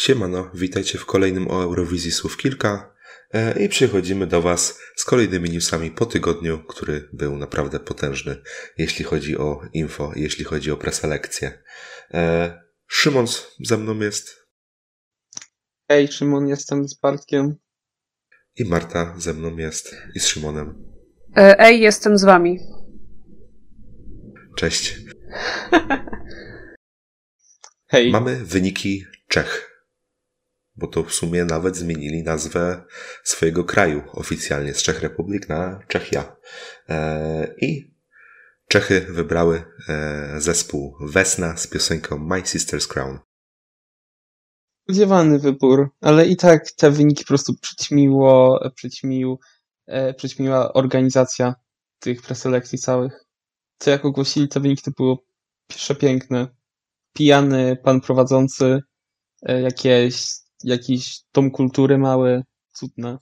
Siemano, witajcie w kolejnym o Eurowizji Słów Kilka i przychodzimy do Was z kolejnymi newsami po tygodniu, który był naprawdę potężny, jeśli chodzi o info, jeśli chodzi o preselekcję. Szymon ze mną jest. Hej, Szymon, jestem z Bartkiem. I Marta ze mną jest i z Szymonem. Ej, jestem z wami. Cześć. Hej. Mamy wyniki Czech. Bo to w sumie nawet zmienili nazwę swojego kraju oficjalnie z Czech Republik na Czechia. I Czechy wybrały zespół Vesna z piosenką My Sister's Crown. Spodziewany wybór, ale i tak te wyniki po prostu przyćmiła organizacja tych preselekcji całych. Co jak ogłosili te wyniki, to było przepiękne. Pijany pan prowadzący, jakiś dom kultury mały, cudne.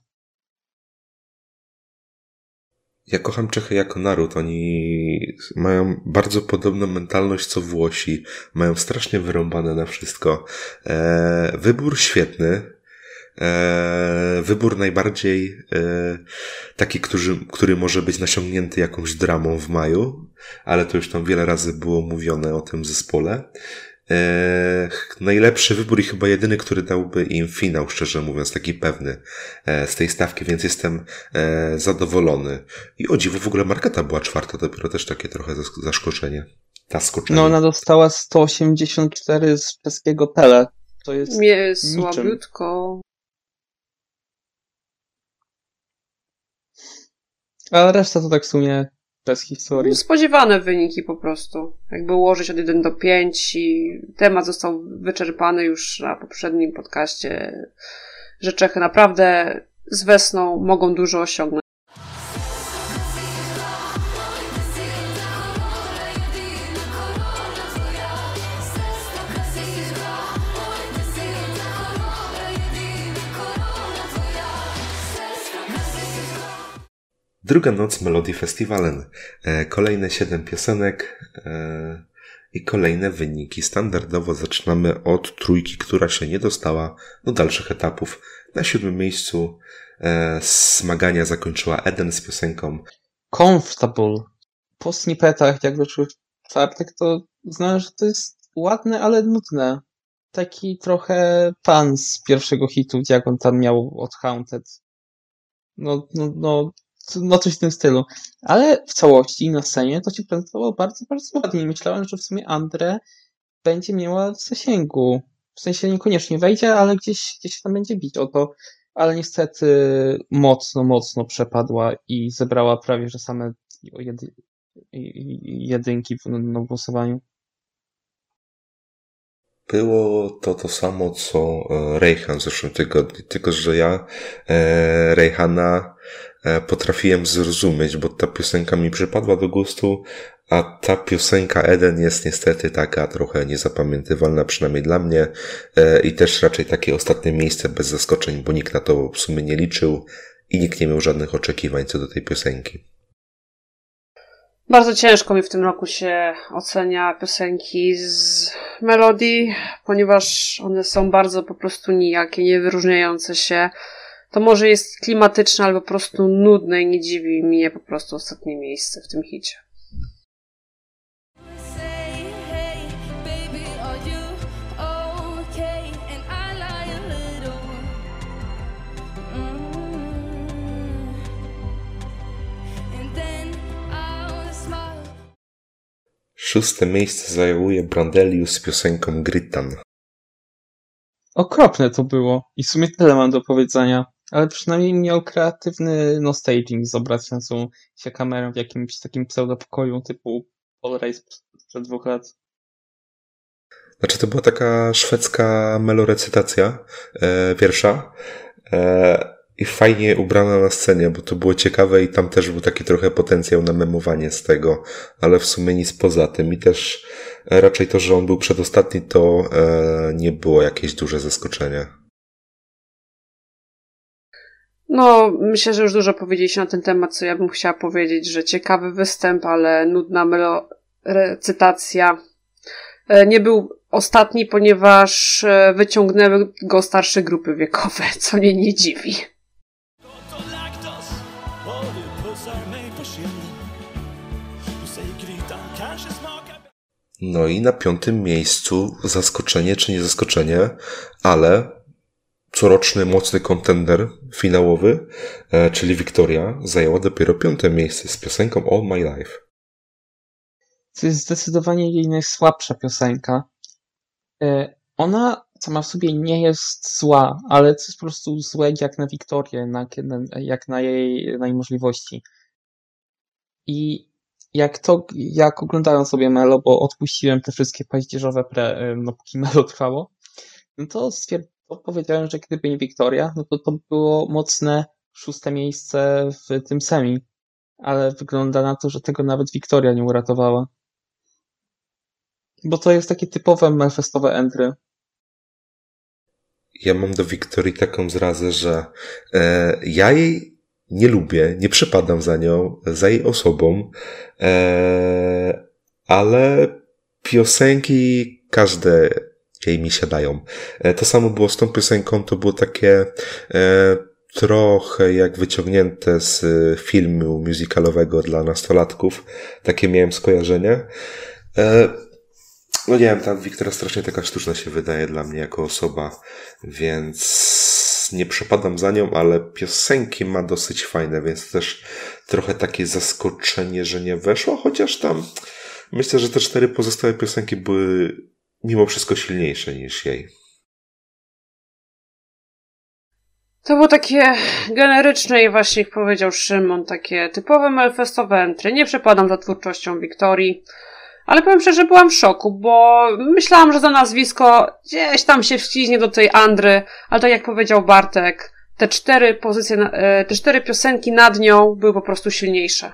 Ja kocham Czechy jako naród. Oni mają bardzo podobną mentalność co Włosi. Mają strasznie wyrąbane na wszystko. Wybór świetny. Wybór najbardziej taki, który może być nasiągnięty jakąś dramą w maju, ale to już tam wiele razy było mówione o tym zespole. Najlepszy wybór i chyba jedyny, który dałby im finał, szczerze mówiąc, taki pewny z tej stawki, więc jestem zadowolony. I o dziwo w ogóle Marketa była czwarta, dopiero też takie trochę zaskoczenie. No ona dostała 184 z czeskiego Tele. To jest mnie słabiutko. A reszta to tak w sumie bez historii. Spodziewane wyniki po prostu. Jakby ułożyć od 1 do 5 i temat został wyczerpany już na poprzednim podcaście, że Czechy naprawdę z Vesną mogą dużo osiągnąć. Druga noc Melodii Festivalen. Kolejne 7 piosenek i kolejne wyniki. Standardowo zaczynamy od trójki, która się nie dostała do dalszych etapów. Na 7 miejscu zmagania zakończyła Eden z piosenką Comfortable. Po snippetach, jak wyszły w czwartek, to uznałem, że to jest ładne, ale nudne. Taki trochę z pierwszego hitu, jak on tam miał od Haunted. No coś w tym stylu. Ale w całości na scenie to się prezentowało bardzo, bardzo ładnie. Myślałem, że w sumie Andre będzie miała w zasięgu. W sensie niekoniecznie wejdzie, ale gdzieś się tam będzie bić o to. Ale niestety mocno przepadła i zebrała prawie, że same jedynki na głosowaniu. Było to samo, co Rejhan w zeszłym tygodniu, tylko że ja Rejhana potrafiłem zrozumieć, bo ta piosenka mi przypadła do gustu, a ta piosenka Eden jest niestety taka trochę niezapamiętywalna, przynajmniej dla mnie, i też raczej takie ostatnie miejsce bez zaskoczeń, bo nikt na to w sumie nie liczył i nikt nie miał żadnych oczekiwań co do tej piosenki. Bardzo ciężko mi w tym roku się ocenia piosenki z melodii, ponieważ one są bardzo po prostu nijakie, niewyróżniające się. To może jest klimatyczne, ale po prostu nudne i nie dziwi mnie po prostu ostatnie miejsce w tym hicie. Szóste miejsce zajmuje Brandelius z piosenką Grittan. Okropne to było. I w sumie tyle mam do powiedzenia. Ale przynajmniej miał kreatywny staging z obracającą się kamerą w jakimś takim pseudopokoju typu All Race sprzed 2 lat. Znaczy to była taka szwedzka melorecytacja wiersza i fajnie ubrana na scenie, bo to było ciekawe i tam też był taki trochę potencjał na memowanie z tego, ale w sumie nic poza tym i też raczej to, że on był przedostatni, to nie było jakieś duże zaskoczenie. No, myślę, że już dużo powiedzieliście na ten temat, co ja bym chciała powiedzieć, że ciekawy występ, ale nudna recytacja. Nie był ostatni, ponieważ wyciągnęły go starsze grupy wiekowe, co mnie nie dziwi. No i na 5. miejscu, zaskoczenie czy nie zaskoczenie, ale coroczny mocny kontender finałowy, czyli Victoria, zajęła dopiero 5. miejsce z piosenką All My Life. To jest zdecydowanie jej najsłabsza piosenka. Ona sama w sobie nie jest zła, ale to jest po prostu złe jak na Wiktorię, jak na jej możliwości. I jak oglądałem sobie Melo, bo odpuściłem te wszystkie paździerzowe póki Melo trwało, no to powiedziałem, że gdyby nie Wiktoria, no to było mocne 6. miejsce w tym semi. Ale wygląda na to, że tego nawet Wiktoria nie uratowała. Bo to jest takie typowe melfestowe entry. Ja mam do Wiktorii taką zrazę, że ja jej nie lubię, nie przypadam za nią, za jej osobą, ale piosenki każde jej mi siadają. To samo było z tą piosenką, to było takie trochę jak wyciągnięte z filmu musicalowego dla nastolatków. Takie miałem skojarzenie. No nie wiem, ta Wiktoria strasznie taka sztuczna się wydaje dla mnie jako osoba, więc nie przepadam za nią, ale piosenki ma dosyć fajne, więc też trochę takie zaskoczenie, że nie weszło, chociaż tam myślę, że te 4 pozostałe piosenki były mimo wszystko silniejsze niż jej. To było takie generyczne i właśnie, jak powiedział Szymon, takie typowe melfestowe entry. Nie przepadam za twórczością Wiktorii. Ale powiem szczerze, byłam w szoku, bo myślałam, że za nazwisko gdzieś tam się wciśnie do tej Andry, ale tak jak powiedział Bartek, te 4 piosenki nad nią były po prostu silniejsze.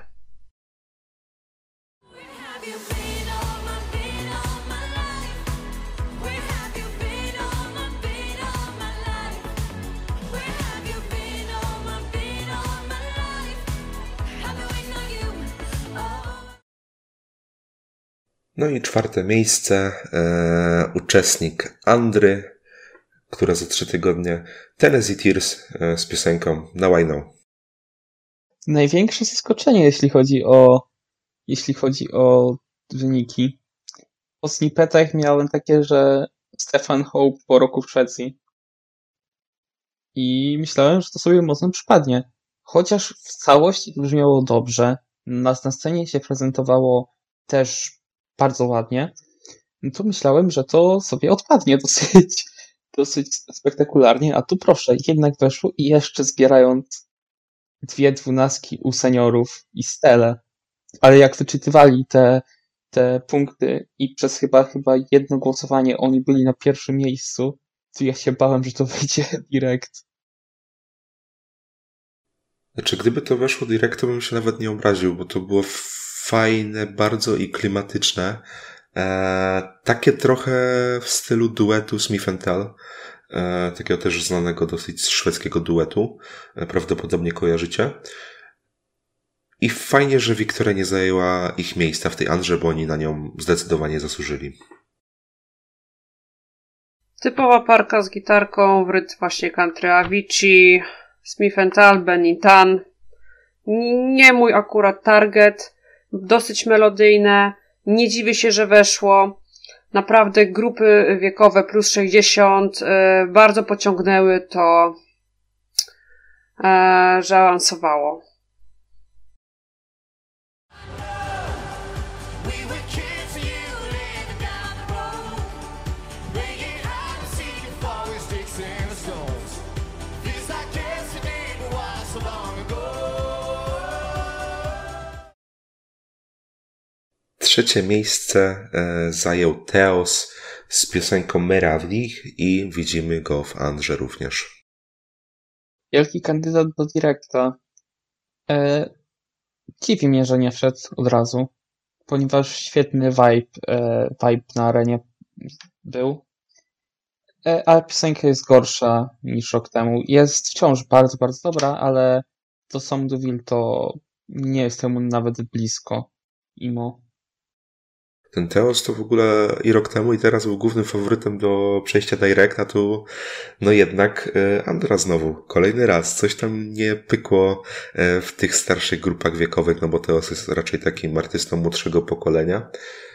No i 4. miejsce, uczestnik Andry, która za 3 tygodnie, Tennessee Tears z piosenką Now I Know. Największe zaskoczenie, jeśli chodzi o wyniki. Po snippetach miałem takie, że Stefan Hope po roku w Szwecji. I myślałem, że to sobie mocno przypadnie. Chociaż w całości to brzmiało dobrze, na scenie się prezentowało też bardzo ładnie, no to myślałem, że to sobie odpadnie dosyć spektakularnie, a tu proszę, jednak weszło i jeszcze zbierając 2 12 u seniorów i Stele. Ale jak wyczytywali te punkty i przez chyba jedno głosowanie oni byli na 1. miejscu, to ja się bałem, że to wyjdzie direct. Znaczy, gdyby to weszło direct, to bym się nawet nie obraził, bo to było fajne bardzo i klimatyczne. Takie trochę w stylu duetu Smith & Tell. Takiego też znanego dosyć szwedzkiego duetu. Prawdopodobnie kojarzycie. I fajnie, że Wiktoria nie zajęła ich miejsca w tej Andrze, bo oni na nią zdecydowanie zasłużyli. Typowa parka z gitarką w rytm właśnie country Avicii, Smith & Tell, Benny Tan. Nie mój akurat target. Dosyć melodyjne. Nie dziwię się, że weszło. Naprawdę grupy wiekowe plus 60 bardzo pociągnęły to, że awansowało. Trzecie miejsce zajął Teos z piosenką Meravlich i widzimy go w Andrze również. Wielki kandydat do directa. Dziwi mnie, że nie wszedł od razu, ponieważ świetny vibe na arenie był. Ale piosenka jest gorsza niż rok temu. Jest wciąż bardzo, bardzo dobra, ale to Som du Vil to nie jest temu nawet blisko. Imo. Ten Teos to w ogóle i rok temu, i teraz był głównym faworytem do przejścia Directa, tu no jednak Andra znowu, kolejny raz. Coś tam nie pykło w tych starszych grupach wiekowych, no bo Teos jest raczej takim artystą młodszego pokolenia.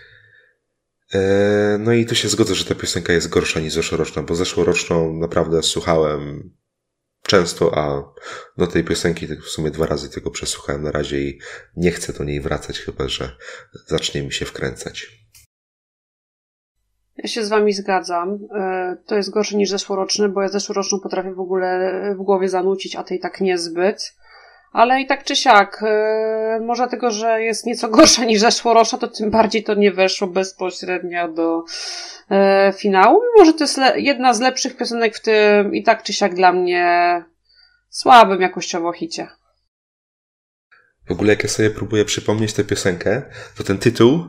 No i tu się zgodzę, że ta piosenka jest gorsza niż zeszłoroczna, bo zeszłoroczną naprawdę słuchałem często, a do tej piosenki w sumie 2 razy tylko przesłuchałem na razie i nie chcę do niej wracać, chyba że zacznie mi się wkręcać. Ja się z wami zgadzam. To jest gorsze niż zeszłoroczny, bo ja zeszłoroczną potrafię w ogóle w głowie zanucić, a tej tak niezbyt. Ale i tak czy siak, może dlatego, że jest nieco gorsza niż zeszłoroczna, to tym bardziej to nie weszło bezpośrednio do finału. Może to jest jedna z lepszych piosenek w tym i tak czy siak dla mnie słabym jakościowo hicie. W ogóle jak ja sobie próbuję przypomnieć tę piosenkę, to ten tytuł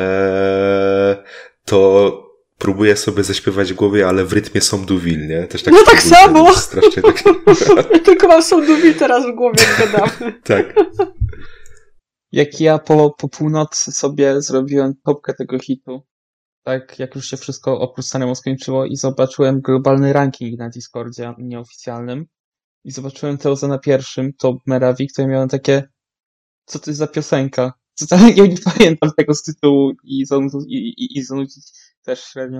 to próbuję sobie zaśpiewać w głowie, ale w rytmie Somduville, nie? Też tak no tak samo! Strasznie tak... Tylko mam Somduville teraz w głowie, jak gadamy. Tak. Jak ja po północy sobie zrobiłem topkę tego hitu, tak jak już się wszystko oprócz Sanremo skończyło i zobaczyłem globalny ranking na Discordzie nieoficjalnym i zobaczyłem Teosa na pierwszym, to Meravik, to ja miałem takie, co to jest za piosenka? Ja nie pamiętam tego z tytułu i zanudzić też średnio.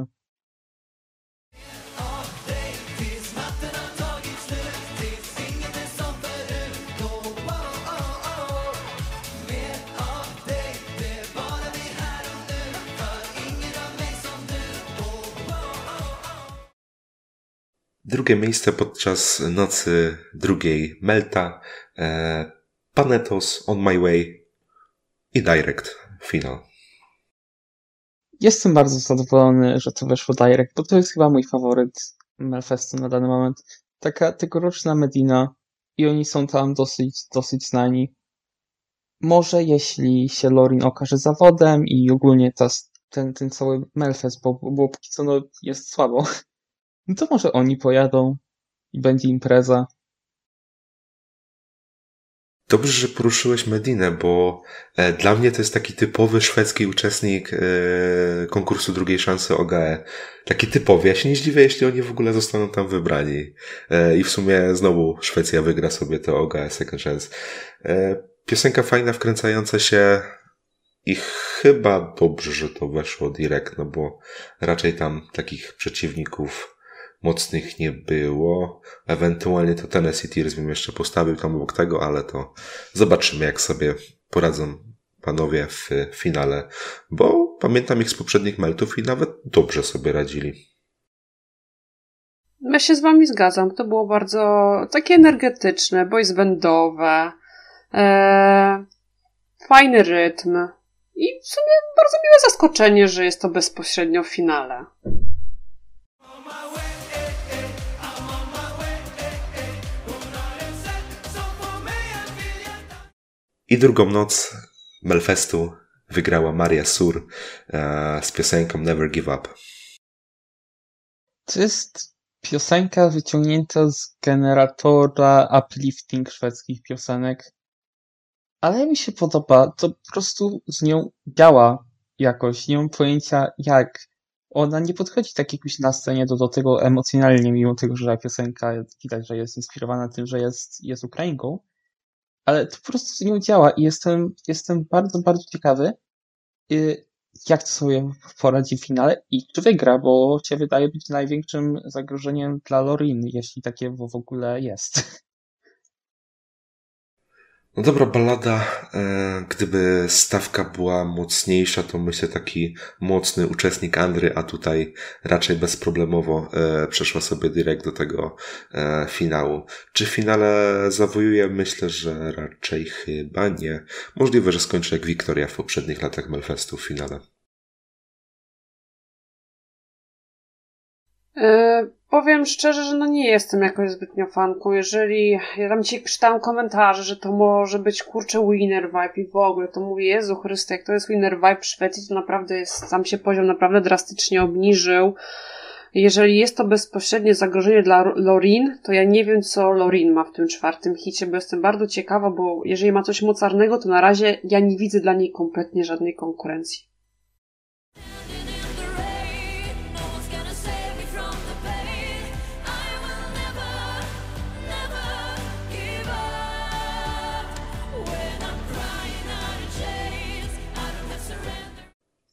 Drugie miejsce podczas nocy drugiej Melta, Panetos, On My Way i Direct Final. Jestem bardzo zadowolony, że to weszło Direct, bo to jest chyba mój faworyt Melfestu na dany moment. Taka tegoroczna Medina i oni są tam dosyć znani. Może jeśli się Lorin okaże zawodem i ogólnie ten cały Melfest, bo póki co no, jest słabo, no to może oni pojadą i będzie impreza. Dobrze, że poruszyłeś Medinę, bo dla mnie to jest taki typowy szwedzki uczestnik konkursu drugiej szansy OGE. Taki typowy. Ja się nie zdziwię, jeśli oni w ogóle zostaną tam wybrani. I w sumie znowu Szwecja wygra sobie to OGE Second Chance. Piosenka fajna, wkręcająca się i chyba dobrze, że to weszło direct, no bo raczej tam takich przeciwników mocnych nie było. Ewentualnie to Tennessee Tears bym jeszcze postawił tam obok tego, ale to zobaczymy, jak sobie poradzą panowie w finale, bo pamiętam ich z poprzednich meltów i nawet dobrze sobie radzili. Ja się z wami zgadzam. To było bardzo takie energetyczne, boys bandowe, fajny rytm i w sumie bardzo miłe zaskoczenie, że jest to bezpośrednio w finale. I drugą noc Melfestu wygrała Maria Sur z piosenką Never Give Up. To jest piosenka wyciągnięta z generatora uplifting szwedzkich piosenek. Ale mi się podoba, to po prostu z nią działa jakoś. Nie mam pojęcia jak. Ona nie podchodzi tak jakoś na scenie do tego emocjonalnie, mimo tego, że piosenka widać, że jest inspirowana tym, że jest Ukrainką. Ale to po prostu z nią działa i jestem bardzo, bardzo ciekawy, jak to sobie poradzi w finale i czy wygra, bo się wydaje być największym zagrożeniem dla Lorin, jeśli takie w ogóle jest. No dobra, ballada, gdyby stawka była mocniejsza, to myślę taki mocny uczestnik Andry, a tutaj raczej bezproblemowo przeszła sobie direkt do tego finału. Czy w finale zawojuje? Myślę, że raczej chyba nie. Możliwe, że skończy jak Wiktoria w poprzednich latach Melfestu w finale. Powiem szczerze, że no nie jestem jakoś zbytnio fanką. Jeżeli ja tam dzisiaj czytałam komentarze, że to może być kurczę winner vibe i w ogóle, to mówię, Jezu Chryste, jak to jest winner vibe w Szwecji, to naprawdę jest, tam się poziom naprawdę drastycznie obniżył. Jeżeli jest to bezpośrednie zagrożenie dla Lorin, to ja nie wiem, co Lorin ma w tym czwartym hicie, bo jestem bardzo ciekawa, bo jeżeli ma coś mocarnego, to na razie ja nie widzę dla niej kompletnie żadnej konkurencji.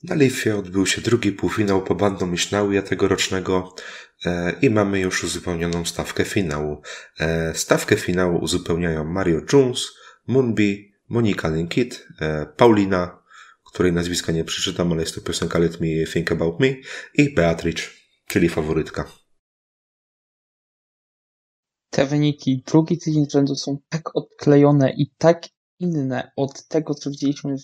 Na Litwie odbył się drugi półfinał po bandą Miśnauje tegorocznego i mamy już uzupełnioną stawkę finału. Stawkę finału uzupełniają Mario Jones, Moonbi, Monika Linkit, Paulina, której nazwiska nie przeczytam, ale jest to piosenka Let Me Think About Me, i Beatrice, czyli faworytka. Te wyniki drugi tydzień z rzędu są tak odklejone i tak inne od tego, co widzieliśmy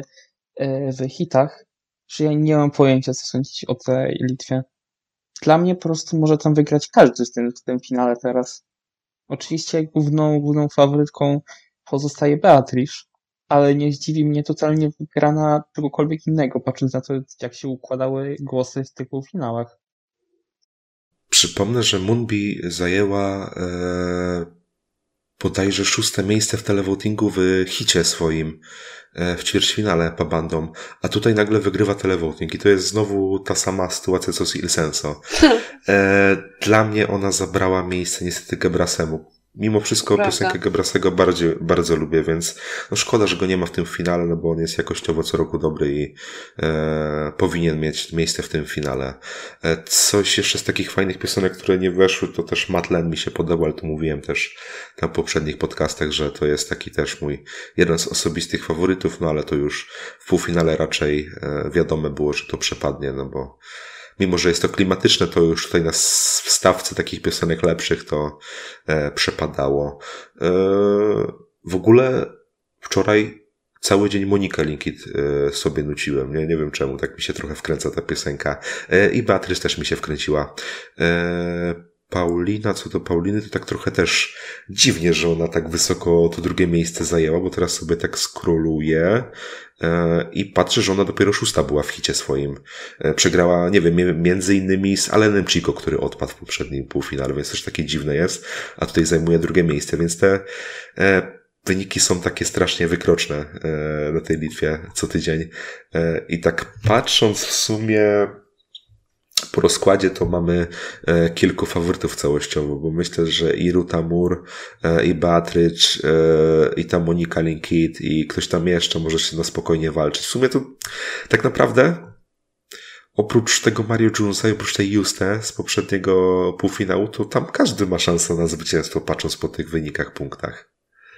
w hitach, że ja nie mam pojęcia, co sądzić o tej Litwie. Dla mnie po prostu może tam wygrać każdy w tym finale teraz. Oczywiście główną faworytką pozostaje Beatrice, ale nie zdziwi mnie totalnie wygrana czegokolwiek innego, patrząc na to, jak się układały głosy w tych półfinałach. Przypomnę, że Moonbi zajęła bodajże 6. miejsce w televotingu w hicie swoim w ćwierćfinale Pabandom, a tutaj nagle wygrywa televoting i to jest znowu ta sama sytuacja co z Il Senso. Dla mnie ona zabrała miejsce niestety Gebrasemu. Mimo wszystko piosenkę Gebrasego bardzo lubię, więc no szkoda, że go nie ma w tym finale, no bo on jest jakościowo co roku dobry i powinien mieć miejsce w tym finale. Coś jeszcze z takich fajnych piosenek, które nie weszły, to też Matlen mi się podobał, ale to mówiłem też na poprzednich podcastach, że to jest taki też mój jeden z osobistych faworytów, no ale to już w półfinale raczej wiadome było, że to przepadnie, no bo mimo że jest to klimatyczne, to już tutaj w stawce takich piosenek lepszych to przepadało. W ogóle wczoraj cały dzień Monikę Linkit sobie nuciłem. Nie wiem czemu, tak mi się trochę wkręca ta piosenka. I Beatrice też mi się wkręciła. Paulina, co do Pauliny, to tak trochę też dziwnie, że ona tak wysoko to drugie miejsce zajęła, bo teraz sobie tak scrolluję i patrzę, że ona dopiero 6. była w hicie swoim. Przegrała, nie wiem, między innymi z Allenem Chico, który odpadł w poprzednim półfinale, więc też takie dziwne jest, a tutaj zajmuje drugie miejsce, więc te wyniki są takie strasznie wykroczne na tej Litwie co tydzień. I tak patrząc w sumie po rozkładzie to mamy kilku faworytów całościowo, bo myślę, że i Ruta Mur, i Beatrice, i ta Monika Linkit, i ktoś tam jeszcze może się na spokojnie walczyć. W sumie to tak naprawdę oprócz tego Mario Jonesa i oprócz tej Juste z poprzedniego półfinału, to tam każdy ma szansę na zwycięstwo, patrząc po tych wynikach, punktach.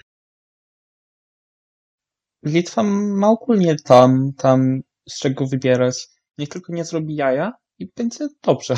Litwa ma ogólnie tam z czego wybierać. Niech tylko nie zrobi jaja i będzie dobrze.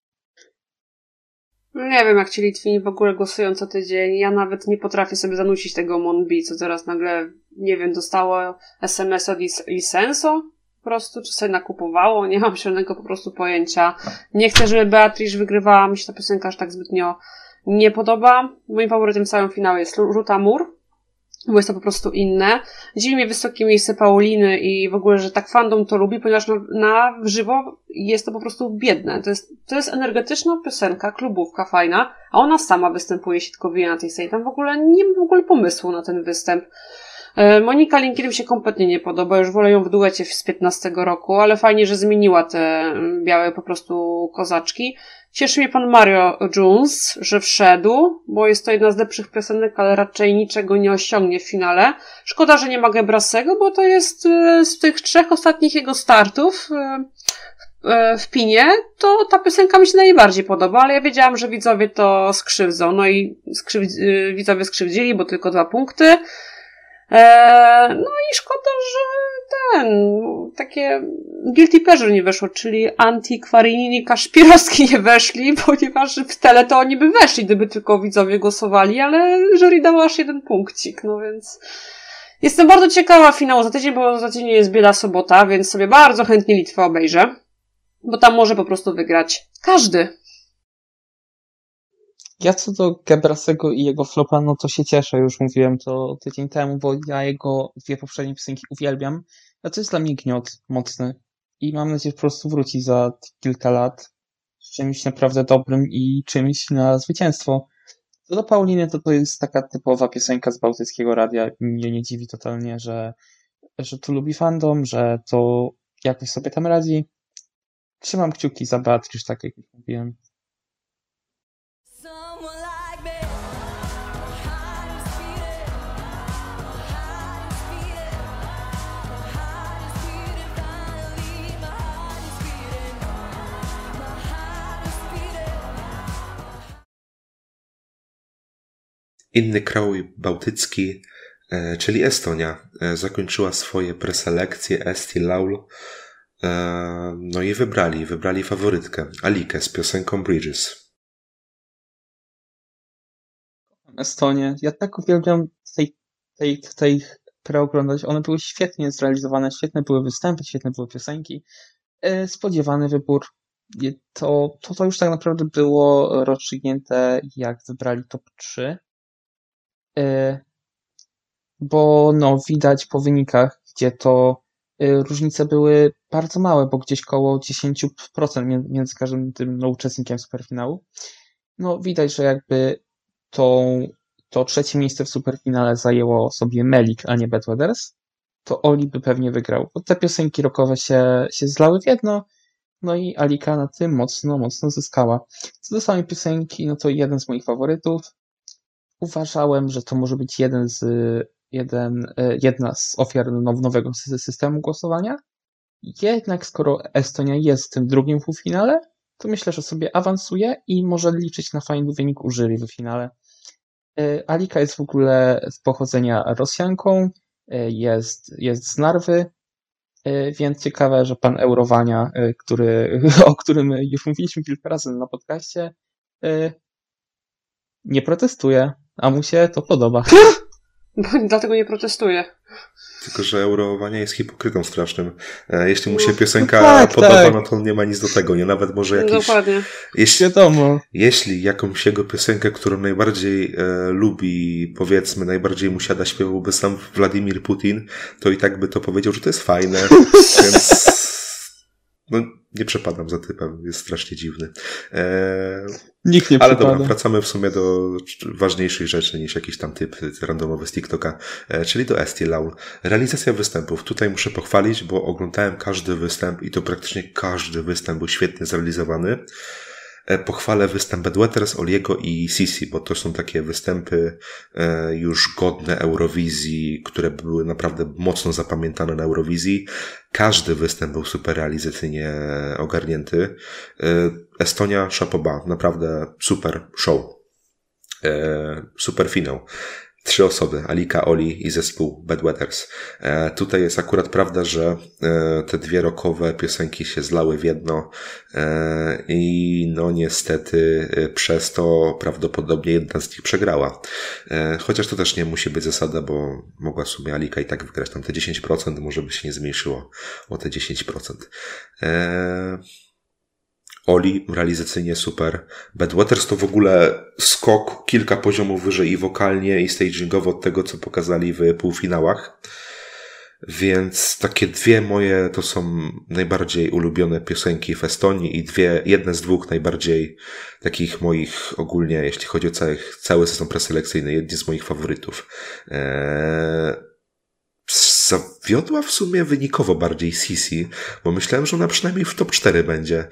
Nie wiem, jak ci Litwini w ogóle głosują co tydzień. Ja nawet nie potrafię sobie zanucić tego Monbi, co teraz nagle, nie wiem, dostało SMS od Lisenso? Po prostu, czy sobie nakupowało? Nie mam żadnego po prostu pojęcia. Nie chcę, żeby Beatrice wygrywała. Mi się ta piosenka aż tak zbytnio nie podoba. Moim faworytem w całym finale jest Ruta Mur, bo jest to po prostu inne. Dziwi mnie wysokie miejsce Pauliny i w ogóle, że tak fandom to lubi, ponieważ na żywo jest to po prostu biedne. To jest energetyczna piosenka, klubówka fajna, a ona sama występuje się tylko na tej scenie. Tam w ogóle nie ma w ogóle pomysłu na ten występ. Monika Linkit mi się kompletnie nie podoba, już wolę ją w duecie z 15 roku, ale fajnie, że zmieniła te białe po prostu kozaczki. Cieszy mnie pan Mario Jones, że wszedł, bo jest to jedna z lepszych piosenek, ale raczej niczego nie osiągnie w finale. Szkoda, że nie ma Gebrasego, bo to jest z tych 3 ostatnich jego startów w Pinie, to ta piosenka mi się najbardziej podoba, ale ja wiedziałam, że widzowie to skrzywdzą. No i widzowie skrzywdzili, bo tylko 2 punkty. No i szkoda, że takie guilty pleasure nie weszło, czyli Antikwarini i Kaszpirowski nie weszli, ponieważ w tele to oni by weszli, gdyby tylko widzowie głosowali, ale jury dało aż 1 punkcik, no więc jestem bardzo ciekawa finału za tydzień, bo za tydzień jest bieda sobota, więc sobie bardzo chętnie Litwę obejrzę, bo tam może po prostu wygrać każdy. Ja co do Gebrasego i jego flopa, no to się cieszę, już mówiłem to tydzień temu, bo ja jego 2 poprzednie piosenki uwielbiam, a to jest dla mnie gniot mocny i mam nadzieję, że po prostu wróci za kilka lat z czymś naprawdę dobrym i czymś na zwycięstwo. Co do Pauliny, to jest taka typowa piosenka z bałtyckiego radia. Mnie nie dziwi totalnie, że to lubi fandom, że to jakoś sobie tam radzi. Trzymam kciuki za Beatrice, tak jak już mówiłem. Inny kraj bałtycki, czyli Estonia, zakończyła swoje preselekcje Esti Laul. No i wybrali faworytkę, Alikę z piosenką Bridges. Estonię. Ja tak uwielbiam tej pre oglądać. One były świetnie zrealizowane, świetne były występy, świetne były piosenki. Spodziewany wybór. To już tak naprawdę było rozstrzygnięte, jak wybrali top 3. Bo widać po wynikach, gdzie to różnice były bardzo małe, bo gdzieś koło 10% między każdym tym uczestnikiem superfinału. Widać, że jakby to trzecie miejsce w superfinale zajęło sobie Melik, a nie Bad Weathers, to Oli by pewnie wygrał, bo te piosenki rockowe się zlały w jedno, i Alika na tym mocno zyskała. Co do samej piosenki, to jeden z moich faworytów. Uważałem, że to może być jedna z ofiar nowego systemu głosowania. Jednak skoro Estonia jest w tym drugim półfinale, to myślę, że sobie awansuje i może liczyć na fajny wynik u jury w finale. Alika jest w ogóle z pochodzenia Rosjanką, jest z Narwy, więc ciekawe, że pan Eurowania, o którym już mówiliśmy kilka razy na podcaście, nie protestuje, a mu się to podoba. Dlatego nie protestuje. Tylko, że Eurowania jest hipokrytą strasznym. Jeśli mu się piosenka podoba, no to on nie ma nic do tego, nie? Nawet może jakiś... Dokładnie. Jeśli jakąś jego piosenkę, którą najbardziej lubi, powiedzmy, najbardziej mu siada, śpiewałby sam Władimir Putin, to i tak by to powiedział, że to jest fajne, więc... nie przepadam za typem, jest strasznie dziwny. Nikt nie ale przepada. dobra, wracamy w sumie do ważniejszej rzeczy niż jakiś tam typ randomowy z TikToka, czyli do Esti Laul. Realizacja występów. Tutaj muszę pochwalić, bo oglądałem każdy występ i to praktycznie każdy występ był świetnie zrealizowany. Pochwalę występ Bad Weathers, Oliego i Sisi, bo to są takie występy już godne Eurowizji, które były naprawdę mocno zapamiętane na Eurowizji. Każdy występ był super realizacyjnie ogarnięty. Estonia, chapeau bas, naprawdę super show. Super finał. 3 osoby, Alika, Oli i zespół Bad Weathers. Tutaj jest akurat prawda, że te dwie rockowe piosenki się zlały w jedno i niestety przez to prawdopodobnie jedna z nich przegrała. Chociaż to też nie musi być zasada, bo mogła w sumie Alika i tak wygrać tam te 10%, może by się nie zmniejszyło o te 10%. Oli realizacyjnie super. Bad Weathers to w ogóle skok kilka poziomów wyżej i wokalnie i stagingowo od tego, co pokazali w półfinałach. Więc takie dwie moje to są najbardziej ulubione piosenki w Estonii i jedne z dwóch najbardziej takich moich ogólnie, jeśli chodzi o cały sezon preselekcyjny, jedni z moich faworytów. Zawiodła w sumie wynikowo bardziej Sisi, bo myślałem, że ona przynajmniej w top 4 będzie.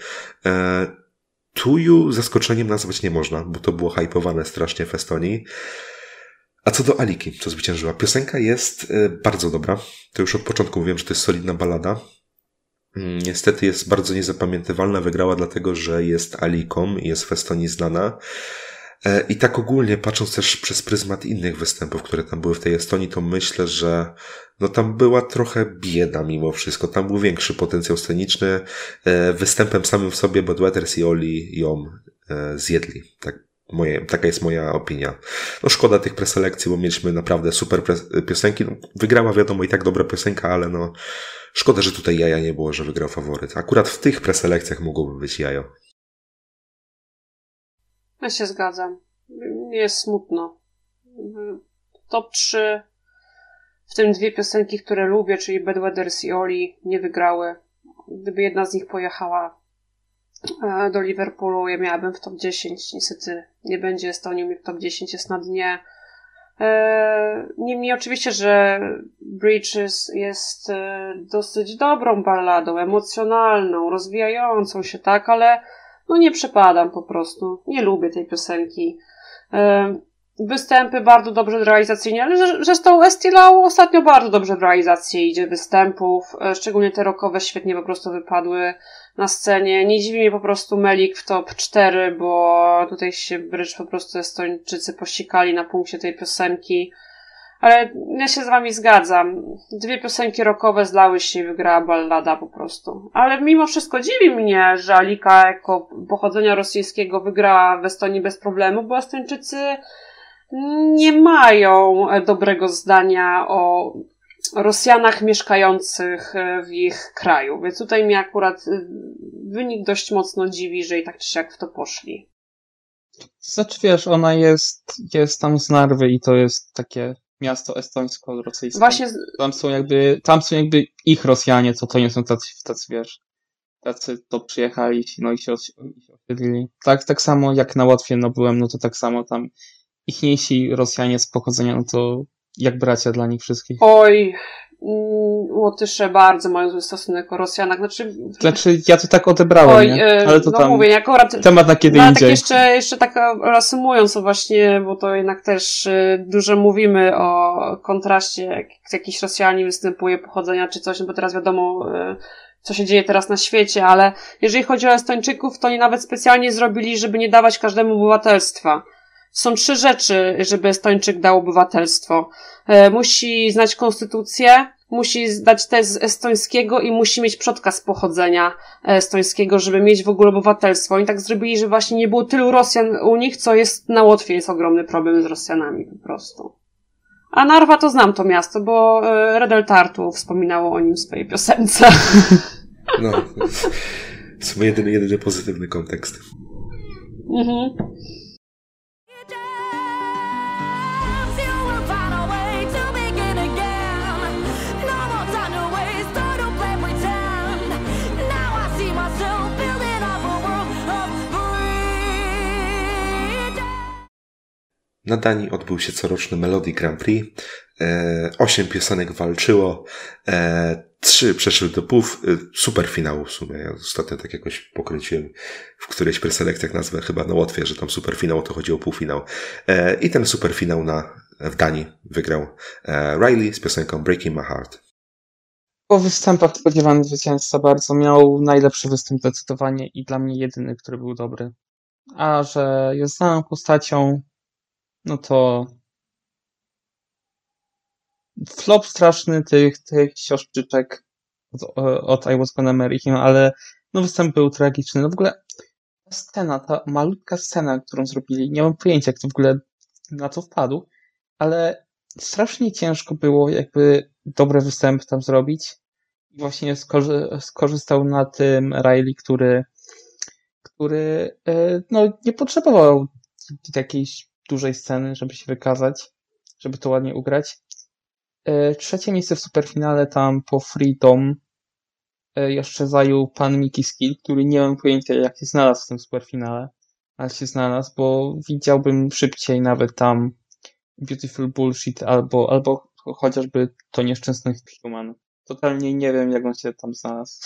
Tuju zaskoczeniem nazwać nie można, bo to było hypowane strasznie w Estonii. A co do Aliki, co zwyciężyła? Piosenka jest bardzo dobra. To już od początku mówiłem, że to jest solidna ballada. Niestety jest bardzo niezapamiętywalna. Wygrała dlatego, że jest Aliką i jest w Estonii znana. I tak ogólnie, patrząc też przez pryzmat innych występów, które tam były w tej Estonii, to myślę, że tam była trochę bieda mimo wszystko. Tam był większy potencjał sceniczny. Występem samym w sobie Bad Weathers i Oli ją zjedli. Taka jest moja opinia. Szkoda tych preselekcji, bo mieliśmy naprawdę super piosenki. Wygrała wiadomo i tak dobra piosenka, ale szkoda, że tutaj jaja nie było, że wygrał faworyt. Akurat w tych preselekcjach mogłoby być jajo. Ja się zgadzam. Jest smutno. Top 3, w tym 2 piosenki, które lubię, czyli Bad Weathers i Oli, nie wygrały. Gdyby jedna z nich pojechała do Liverpoolu, ja miałabym w top 10. Niestety nie będzie Estonii, mi w top 10 jest na dnie. Niemniej oczywiście, że Bridges jest dosyć dobrą balladą, emocjonalną, rozwijającą się, tak, ale nie przepadam po prostu. Nie lubię tej piosenki. występy bardzo dobrze realizacyjnie, ale zresztą Estilau ostatnio bardzo dobrze w realizacji idzie występów, szczególnie te rockowe świetnie po prostu wypadły na scenie. Nie dziwi mnie po prostu Melik w top 4, bo tutaj się wręcz po prostu Estończycy pościkali na punkcie tej piosenki. Ale ja się z wami zgadzam. 2 piosenki rockowe zlały się i wygrała ballada po prostu. Ale mimo wszystko dziwi mnie, że Alika jako pochodzenia rosyjskiego wygrała w Estonii bez problemu, bo Estończycy nie mają dobrego zdania o Rosjanach mieszkających w ich kraju. Więc tutaj mnie akurat wynik dość mocno dziwi, że i tak czy siak w to poszli. Znaczy wiesz, ona jest tam z Narwy i to jest takie miasto estońsko-rosyjskie. Właśnie Tam są jakby ich Rosjanie, to nie są tacy wiesz, tacy to przyjechali, no i się osiedlili. Tak samo jak na Łotwie, no byłem, no to tak samo tam ichniejsi Rosjanie z pochodzenia, no to jak bracia dla nich wszystkich. Oj, Łotysze bardzo mają zły stosunek o Rosjanach. Znaczy ja to tak odebrałem, nie? Ale to no tam mówię, akurat, temat na kiedy indziej. Tak jeszcze tak reasumując właśnie, bo to jednak też dużo mówimy o kontraście, jak jakiś Rosjanin występuje pochodzenia czy coś, no bo teraz wiadomo, co się dzieje teraz na świecie, ale jeżeli chodzi o Estończyków, to oni nawet specjalnie zrobili, żeby nie dawać każdemu obywatelstwa. Są 3 rzeczy, żeby Estończyk dał obywatelstwo. Musi znać konstytucję, musi zdać test z estońskiego i musi mieć przodka z pochodzenia estońskiego, żeby mieć w ogóle obywatelstwo. Oni tak zrobili, że właśnie nie było tylu Rosjan u nich, co jest na Łotwie, jest ogromny problem z Rosjanami po prostu. A Narwa to znam to miasto, bo Redel Tartu wspominało o nim w swojej piosence. No, w sumie jedyny pozytywny kontekst. Mhm. Na Danii odbył się coroczny Melody Grand Prix. 8 piosenek walczyło. 3 przeszły do superfinału w sumie. Ja ostatnio tak jakoś pokręciłem w którejś preselekcjach nazwę chyba na Łotwie, że tam superfinał to chodzi o półfinał. I ten superfinał w Danii wygrał Riley z piosenką Breaking My Heart. Po występach spodziewany zwycięzca bardzo miał najlepszy występ zdecydowanie i dla mnie jedyny, który był dobry. A że jest znaną postacią, no to flop straszny tych siostryczek od I Was Gonna Marry Him, ale no występ był tragiczny. No w ogóle ta scena, ta malutka scena, którą zrobili, nie mam pojęcia, jak to w ogóle na to wpadł, ale strasznie ciężko było jakby dobry występ tam zrobić. I właśnie skorzystał na tym Riley, który no nie potrzebował jakiejś dużej sceny, żeby się wykazać, żeby to ładnie ugrać. 3. miejsce w superfinale tam po Freedom jeszcze zajął pan Mickey Skill, który nie mam pojęcia jak się znalazł w tym superfinale, ale się znalazł, bo widziałbym szybciej nawet tam Beautiful Bullshit albo chociażby to nieszczęsne Human. Totalnie nie wiem, jak on się tam znalazł.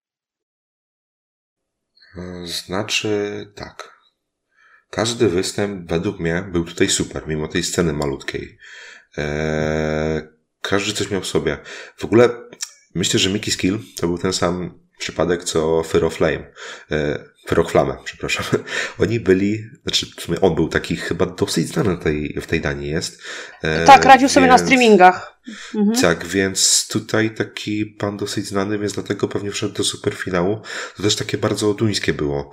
Znaczy tak. Każdy występ według mnie był tutaj super, mimo tej sceny malutkiej. Każdy coś miał w sobie. W ogóle myślę, że Mickey Skill to był ten sam przypadek, co Fear of Flame, przepraszam. Oni byli, znaczy w sumie on był taki chyba dosyć znany w tej Danii jest. Tak, radził sobie na streamingach. Mhm. Tak, więc tutaj taki pan dosyć znany, więc dlatego pewnie wszedł do superfinału. To też takie bardzo duńskie było.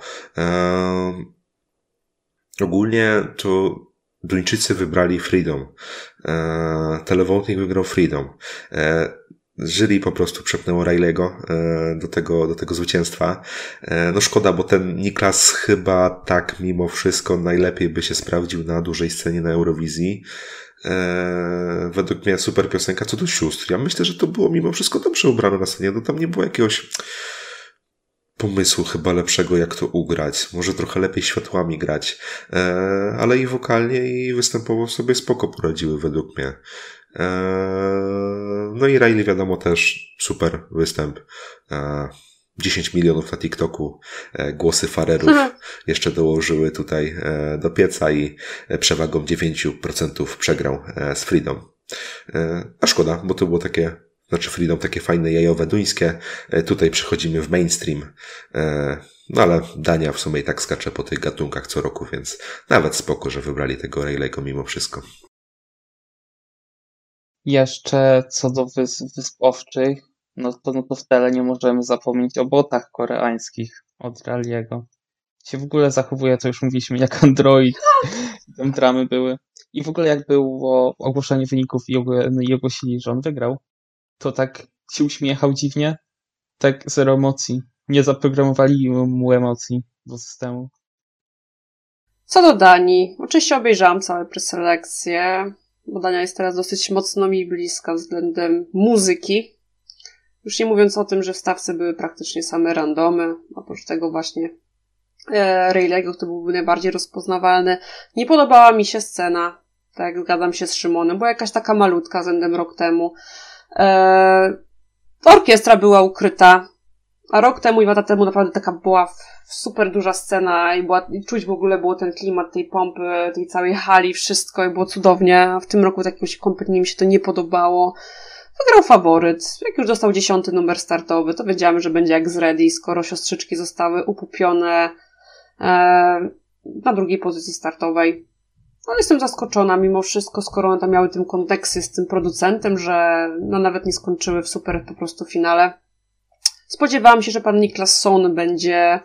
Ogólnie to Duńczycy wybrali Freedom. Televoting wygrał Freedom. Jury po prostu przepnęło Riley'ego do tego zwycięstwa. No szkoda, bo ten Niklas chyba tak mimo wszystko najlepiej by się sprawdził na dużej scenie na Eurowizji. Według mnie super piosenka co do sióstr. Ja myślę, że to było mimo wszystko dobrze ubrane na scenie. No tam nie było jakiegoś pomysłu chyba lepszego, jak to ugrać. Może trochę lepiej światłami grać. Ale i wokalnie, i występowo sobie spoko poradziły według mnie. No i Riley wiadomo też super występ. 10 milionów na TikToku, głosy farerów jeszcze dołożyły tutaj do pieca i przewagą 9% przegrał z Freedom. A szkoda, bo to było Freedom takie fajne, jajowe, duńskie. Tutaj przechodzimy w mainstream. No ale Dania w sumie i tak skacze po tych gatunkach co roku, więc nawet spoko, że wybrali tego Rayleigh'ego mimo wszystko. Jeszcze co do wysp owczych, no to w tele nie możemy zapomnieć o botach koreańskich od Rally'ego. Się w ogóle zachowuje, to już mówiliśmy, jak Android. Tam dramy były. I w ogóle jak było ogłoszenie wyników i ogłosili, że on wygrał, to tak się uśmiechał dziwnie, tak zero emocji. Nie zaprogramowali mu emocji do systemu. Co do Danii, oczywiście obejrzałam całe preselekcje, bo Dania jest teraz dosyć mocno mi bliska względem muzyki. Już nie mówiąc o tym, że w stawce były praktycznie same randomy, oprócz tego właśnie Rayleigh'ego, który byłby najbardziej rozpoznawalny. Nie podobała mi się scena, tak zgadzam się z Szymonem, była jakaś taka malutka względem rok temu. Orkiestra była ukryta, a rok temu i 2 lata temu naprawdę taka była super duża scena i czuć w ogóle było ten klimat tej pompy, tej całej hali, wszystko i było cudownie. A w tym roku tak kompletnie mi się to nie podobało. Wygrał faworyt. Jak już dostał 10. numer startowy, to wiedziałem, że będzie jak z Ready, skoro siostrzyczki zostały upupione na drugiej pozycji startowej. No jestem zaskoczona mimo wszystko, skoro one tam miały tym konteksty z tym producentem, że no nawet nie skończyły w super po prostu finale. Spodziewałam się, że pan Niklas Son będzie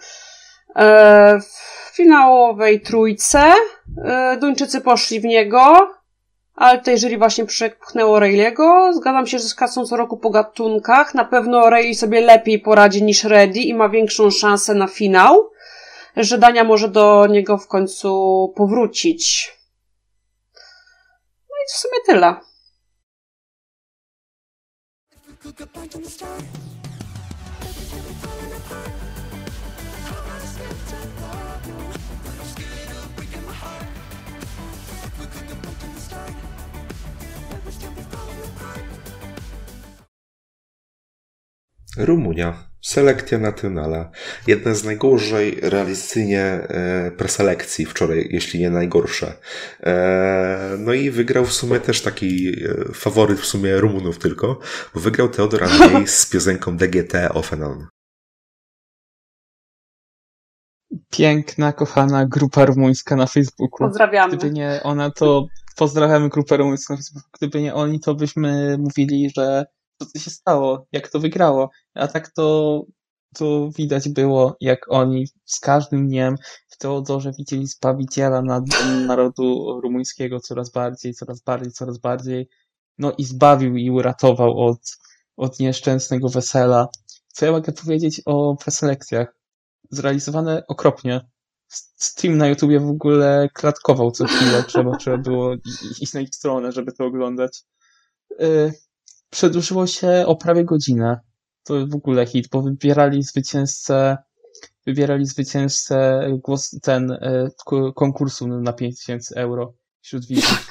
w finałowej trójce. Duńczycy poszli w niego, ale tej jury właśnie przepchnęło Rayleigh'ego. Zgadzam się, że skaczą co roku po gatunkach. Na pewno Rayleigh sobie lepiej poradzi niż Ready i ma większą szansę na finał, że Dania może do niego w końcu powrócić. No i w sumie tyle. Rumunia. Selekcja Națională. Jedna z najgorzej realizacyjnie preselekcji wczoraj, jeśli nie najgorsze. No i wygrał w sumie też taki faworyt w sumie Rumunów tylko, bo wygrał Teodor Andrzej z piosenką DGT Offenon. Piękna, kochana grupa rumuńska na Facebooku. Pozdrawiamy. Gdyby nie ona, to pozdrawiamy grupę rumuńską na Facebooku. Gdyby nie oni, to byśmy mówili, że co się stało, jak to wygrało. A tak to widać było, jak oni z każdym dniem w Teodorze widzieli zbawiciela narodu rumuńskiego coraz bardziej. No i zbawił i uratował od nieszczęsnego wesela. Co ja mogę powiedzieć o preselekcjach? Zrealizowane okropnie. Stream na YouTubie w ogóle klatkował co chwilę. Trzeba było iść na ich stronę, żeby to oglądać. Przedłużyło się o prawie godzinę. To w ogóle hit, bo wybierali zwycięzcę konkursu na 5000 euro wśród widzów.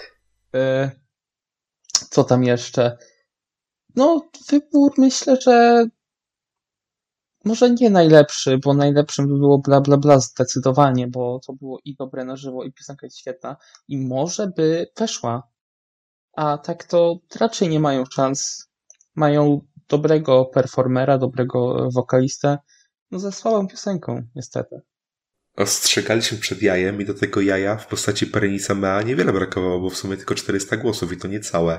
Co tam jeszcze? No, wybór myślę, że może nie najlepszy, bo najlepszym by było Bla Bla Bla zdecydowanie, bo to było i dobre na żywo, i piosenka jest świetna i może by weszła. A tak to raczej nie mają szans. Mają dobrego performera, dobrego wokalistę, no ze słabą piosenką, niestety. Ostrzegaliśmy przed jajem i do tego jaja w postaci Perenica Mea niewiele brakowało, bo w sumie tylko 400 głosów i to niecałe.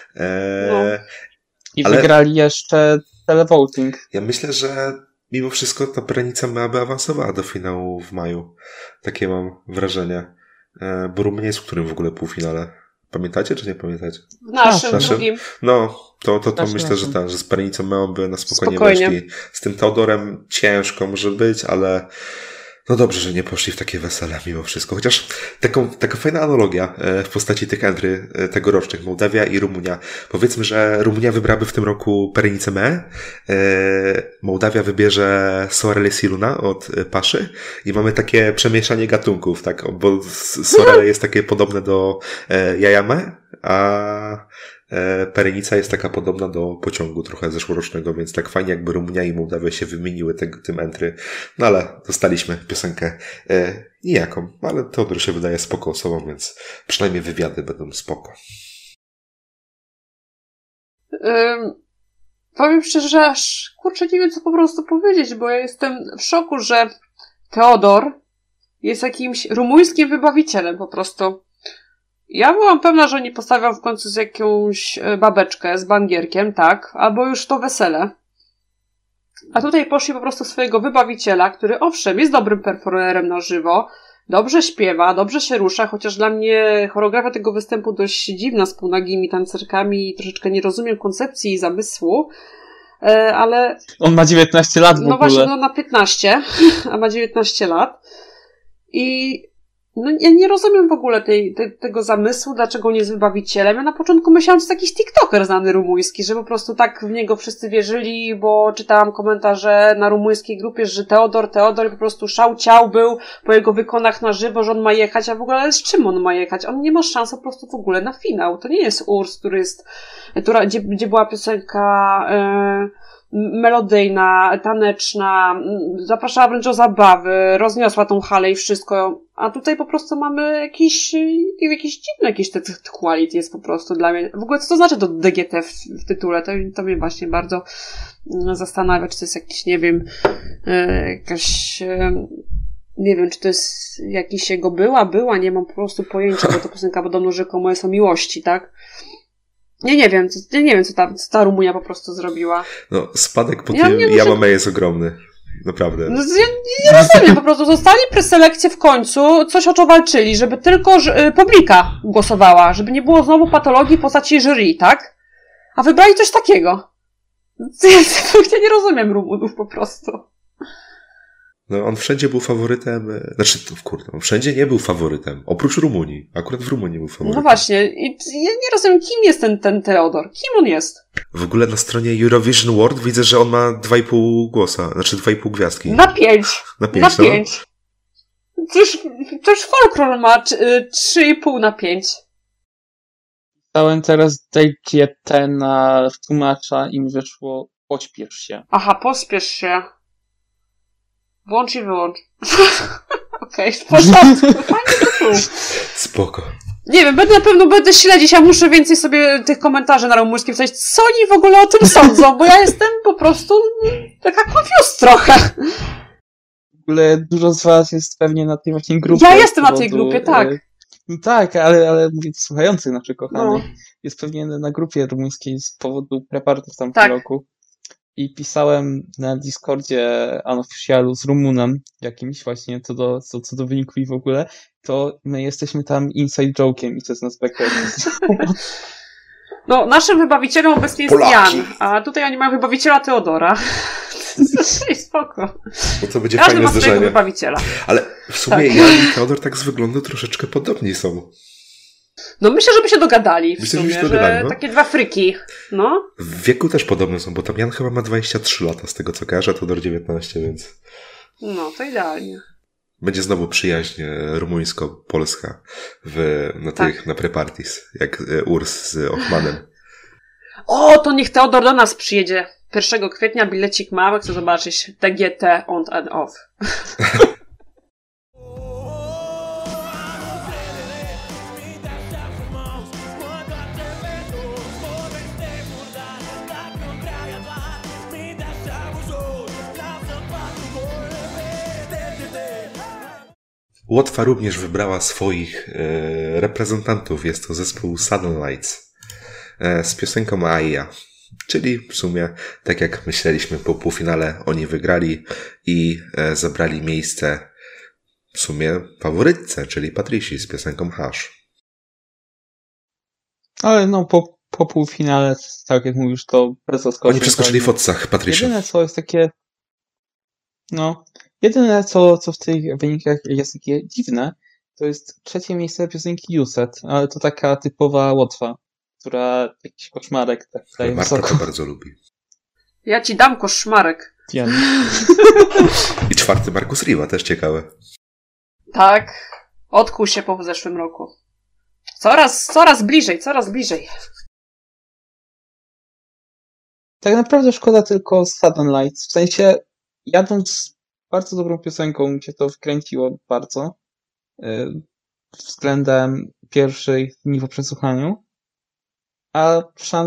I wygrali jeszcze televoting. Ja myślę, że mimo wszystko ta Perenica Mea by awansowała do finału w maju. Takie mam wrażenie. Bo Rumunia jest w którym w ogóle półfinale? Pamiętacie, czy nie pamiętacie? W naszym drugim. No, to myślę, że z Perenicą Meą by na spokojnie weszli. Z tym Teodorem ciężko może być, ale no dobrze, że nie poszli w takie wesele mimo wszystko. Chociaż taka fajna analogia w postaci tych entry tegorocznych, Mołdawia i Rumunia. Powiedzmy, że Rumunia wybrałaby w tym roku Perenicę Meę, Mołdawia wybierze Sorele Siruna od Paszy i mamy takie przemieszanie gatunków, tak, bo Sorele jest takie podobne do Jajame, a Perenica jest taka podobna do pociągu trochę zeszłorocznego, więc tak fajnie jakby Rumunia i Mołdawia się wymieniły tym entry. No ale dostaliśmy piosenkę nijaką, ale Teodor się wydaje spoko osobą, więc przynajmniej wywiady będą spoko. Powiem szczerze, że aż kurczę nie wiem co po prostu powiedzieć, bo ja jestem w szoku, że Teodor jest jakimś rumuńskim wybawicielem po prostu. Ja byłam pewna, że oni postawią w końcu z jakąś babeczkę, z bangierkiem, tak, albo już to wesele. A tutaj poszli po prostu swojego wybawiciela, który owszem jest dobrym performerem na żywo, dobrze śpiewa, dobrze się rusza, chociaż dla mnie choreografia tego występu dość dziwna z półnagimi tancerkami i troszeczkę nie rozumiem koncepcji i zamysłu, ale... On ma 19 lat w ogóle. No właśnie, no na 15, a ma 19 lat. I no ja nie rozumiem w ogóle tego zamysłu, dlaczego on jest wybawicielem. Ja na początku myślałam, że to jakiś TikToker znany rumuński, że po prostu tak w niego wszyscy wierzyli, bo czytałam komentarze na rumuńskiej grupie, że Teodor i po prostu szał ciał był po jego wykonach na żywo, że on ma jechać, a w ogóle ale z czym on ma jechać? On nie ma szans po prostu w ogóle na finał. To nie jest Urs, gdzie była piosenka melodyjna, taneczna, zapraszała wręcz do zabawy, rozniosła tą halę i wszystko. A tutaj po prostu mamy jakieś dziwne jakieś te quality jest po prostu dla mnie. W ogóle co to znaczy to DGT w tytule? To mnie właśnie bardzo zastanawia, czy to jest jakiś, nie wiem, nie wiem, czy to jest jakiś jego była, nie mam po prostu pojęcia, bo to piosenka podobno rzekomo jest o miłości, tak? Nie wiem, co ta Rumunia po prostu zrobiła. No, spadek po tym Yamame jest ogromny. Naprawdę. No, ja rozumiem, po prostu zostali preselekcje w końcu, coś o co walczyli, żeby tylko publika głosowała, żeby nie było znowu patologii w postaci jury, tak? A wybrali coś takiego. Ja nie rozumiem Rumunów po prostu. No, on wszędzie był faworytem, on wszędzie nie był faworytem, oprócz Rumunii. Akurat w Rumunii był faworytem. No właśnie, i ja nie rozumiem, kim jest ten Teodor? Kim on jest? W ogóle na stronie Eurovision World widzę, że on ma 2,5 głosa, 2,5 gwiazdki. Na 5. Na 5. Przecież folklor ma 3,5 na 5. Dałem teraz DGT na tłumacza i mi wyszło pośpiesz się. Aha, pośpiesz się. Włącz i wyłącz. Okej, w porządku. Fajnie to czuł. Spoko. Nie wiem, na pewno będę śledzić, ja muszę więcej sobie tych komentarzy na rumuńskim wstać, co oni w ogóle o tym sądzą, bo ja jestem po prostu taka confused trochę. W ogóle dużo z was jest pewnie na tej właśnie grupie. Ja jestem na tej grupie, tak. No tak, ale mówię słuchających naszych kochanych. No. Jest pewnie na grupie rumuńskiej z powodu prepartów w tamtym roku. I pisałem na Discordzie unofficialu z Rumunem jakimś właśnie co do wyniku i w ogóle, to my jesteśmy tam inside joke'iem i to jest nas No, naszym wybawicielem obecnie jest Jan, a tutaj oni mają wybawiciela Teodora. To jest spoko. Bo to będzie każdy fajne ma swojego wybawiciela. Ale w sumie Jan i Teodor tak z wyglądu troszeczkę podobni są. No myślę, żeby się dogadali w sumie, że takie dwa fryki. No. W wieku też podobne są, bo tam Jan chyba ma 23 lata z tego co kojarzę, a Teodor 19, więc... No, to idealnie. Będzie znowu przyjaźń rumuńsko-polska na pre-parties, jak Urs z Ochmanem. O, to niech Teodor do nas przyjedzie. 1 kwietnia bilecik mały, chcę zobaczyć DGT on and off. Łotwa również wybrała swoich reprezentantów. Jest to zespół Sudden Lights z piosenką Aia. Czyli w sumie, tak jak myśleliśmy po półfinale, oni wygrali i zabrali miejsce w sumie faworytce, czyli Patrici z piosenką Hush. Ale no po półfinale, tak jak mówisz, to bez zaskoczeń. Oni przeskoczyli w odsach Patrici. Jedyne co jest takie... Jedyne, co w tych wynikach jest takie dziwne, to jest 3. miejsce piosenki Juset, ale to taka typowa Łotwa, która jakiś koszmarek tak daje Marta wysoko. to bardzo lubi. Ja ci dam koszmarek. I 4. Markus Riva, też ciekawe. Tak, odkuł się po zeszłym roku. Coraz bliżej. Tak naprawdę szkoda tylko Sudden Lights. W sensie, jadąc bardzo dobrą piosenką, mi się to wkręciło bardzo. Względem pierwszych dni po przesłuchaniu. A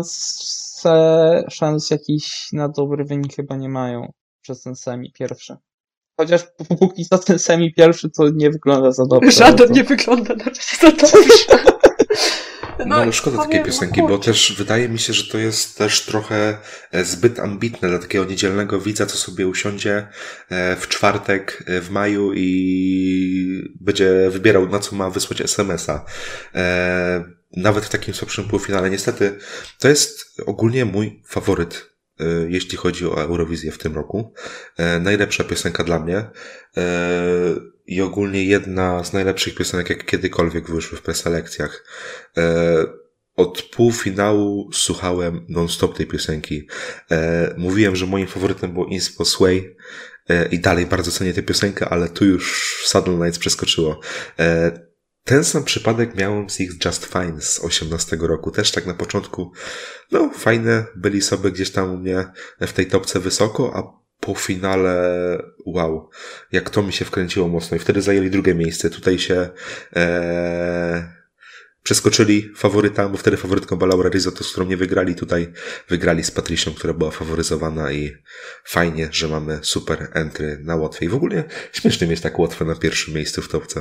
szans jakiś na dobry wynik chyba nie mają przez ten semi pierwszy. Chociaż póki co ten semi pierwszy to nie wygląda za dobrze. Żaden nie wygląda na razie za dobrze. No ale szkoda takiej piosenki, bo też wydaje mi się, że to jest też trochę zbyt ambitne dla takiego niedzielnego widza, co sobie usiądzie w czwartek w maju i będzie wybierał, na co ma wysłać SMS-a. Nawet w takim słabszym półfinale. Niestety, to jest ogólnie mój faworyt, jeśli chodzi o Eurowizję w tym roku. Najlepsza piosenka dla mnie. I ogólnie jedna z najlepszych piosenek, jak kiedykolwiek wyszły w preselekcjach. Od półfinału słuchałem non-stop tej piosenki. Mówiłem, że moim faworytem było Inspo Sway i dalej bardzo cenię tę piosenkę, ale tu już Sudden Lights przeskoczyło. Ten sam przypadek miałem z ich Just Fine z 18 roku. Też tak na początku, no fajne, byli sobie gdzieś tam u mnie w tej topce wysoko, a po finale, wow, jak to mi się wkręciło mocno i wtedy zajęli drugie miejsce. Tutaj się przeskoczyli faworyta, bo wtedy faworytką była Laura Risotto, z którą nie wygrali. Tutaj wygrali z Patricią, która była faworyzowana i fajnie, że mamy super entry na Łotwę. I w ogóle śmiesznym jest tak Łotwę na pierwszym miejscu w topce.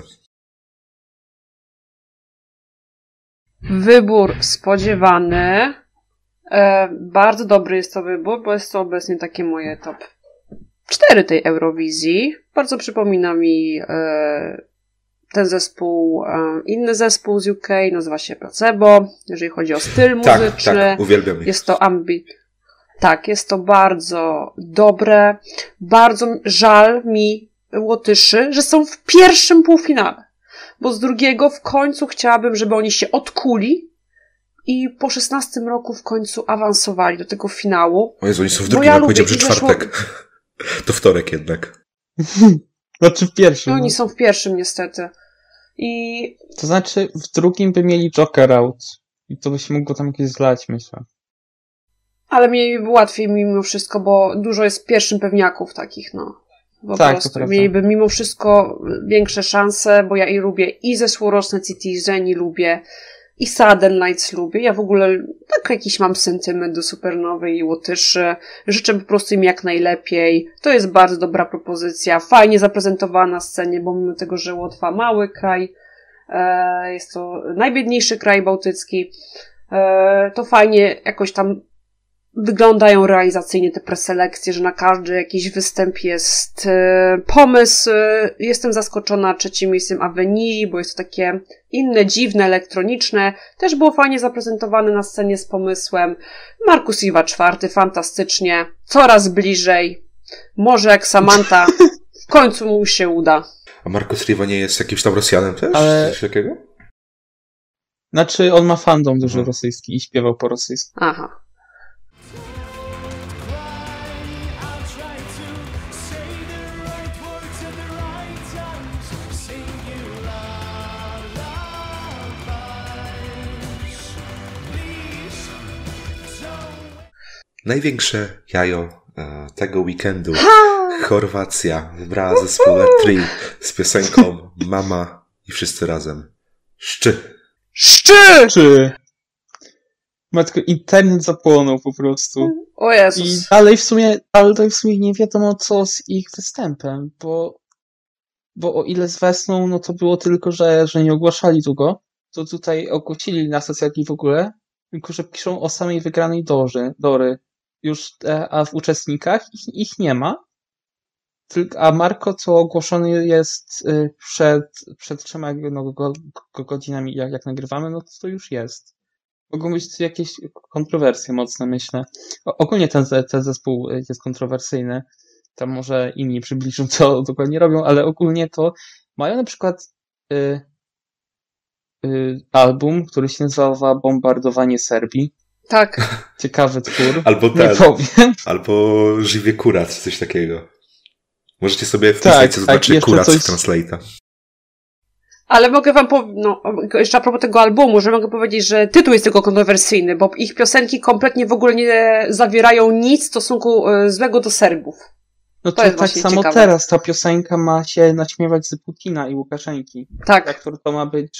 Wybór spodziewany. Bardzo dobry jest to wybór, bo jest to obecnie takie moje top 4 tej Eurowizji. Bardzo przypomina mi ten zespół, inny zespół z UK, nazywa się Placebo, jeżeli chodzi o styl muzyczny. Tak, uwielbiam ich. Jest to Tak, jest to bardzo dobre. Bardzo żal mi Łotyszy, że są w pierwszym półfinale. Bo z drugiego w końcu chciałabym, żeby oni się odkuli i po 16 roku w końcu awansowali do tego finału. O Jezu, oni są w drugim, ja powiedziałem, że czwartek. To wtorek jednak. Znaczy w pierwszym. No, oni są w pierwszym niestety. I... To znaczy w drugim by mieli Joker out. I to by się mogło tam jakieś zlać, myślę. Ale mieliby łatwiej mimo wszystko, bo dużo jest pierwszym pewniaków takich, no. Po tak, prostu mieliby mimo wszystko większe szanse, bo ja i lubię i zeszłoroczne Citizen, i lubię i Sudden Lights lubię. Ja w ogóle tak jakiś mam sentyment do Supernowej i Łotyszy. Życzę po prostu im jak najlepiej. To jest bardzo dobra propozycja, fajnie zaprezentowana na scenie, bo mimo tego, że Łotwa mały kraj, jest to najbiedniejszy kraj bałtycki, to fajnie jakoś tam wyglądają realizacyjnie te preselekcje, że na każdy jakiś występ jest pomysł. Jestem zaskoczona trzecim miejscem Avenue, bo jest to takie inne, dziwne, elektroniczne. Też było fajnie zaprezentowane na scenie z pomysłem. Markus Iwa czwarty, fantastycznie. Coraz bliżej. Może jak Samantha, w końcu mu się uda. A Markus Riva nie jest jakimś tam Rosjanem też? Ale... Coś takiego? Znaczy on ma fandom dużo rosyjski i śpiewał po rosyjsku. Aha. Największe jajo tego weekendu. Chorwacja wybrała zespół R3 z piosenką Mama i wszyscy razem. Szczy! Matko, internet zapłonął po prostu. O Jezus. I dalej w sumie nie wiadomo co z ich występem, bo o ile z Wesną, no to było tylko, że nie ogłaszali długo, to tutaj ogłosili na socjalki w ogóle, tylko że piszą o samej wygranej Dory. Już, a w uczestnikach ich nie ma. A Marko, co ogłoszony jest przed 3 godzinami, jak nagrywamy, no to już jest. Mogą być tu jakieś kontrowersje mocne, myślę. Ogólnie ten zespół jest kontrowersyjny. Tam może inni przybliżą, co dokładnie robią, ale ogólnie to mają na przykład album, który się nazywa Bombardowanie Serbii. Tak. Ciekawy twór. Albo nie powiem. Albo Żywie Kurat, coś takiego. Możecie sobie wpisać, co znaczy Kurat w Translate'a. Ale mogę wam jeszcze a propos tego albumu, że mogę powiedzieć, że tytuł jest tylko kontrowersyjny, bo ich piosenki kompletnie w ogóle nie zawierają nic w stosunku złego do Serbów. No to tak samo ciekawe. Teraz ta piosenka ma się naśmiewać z Putina i Łukaszenki. Tak. Aktor to ma być,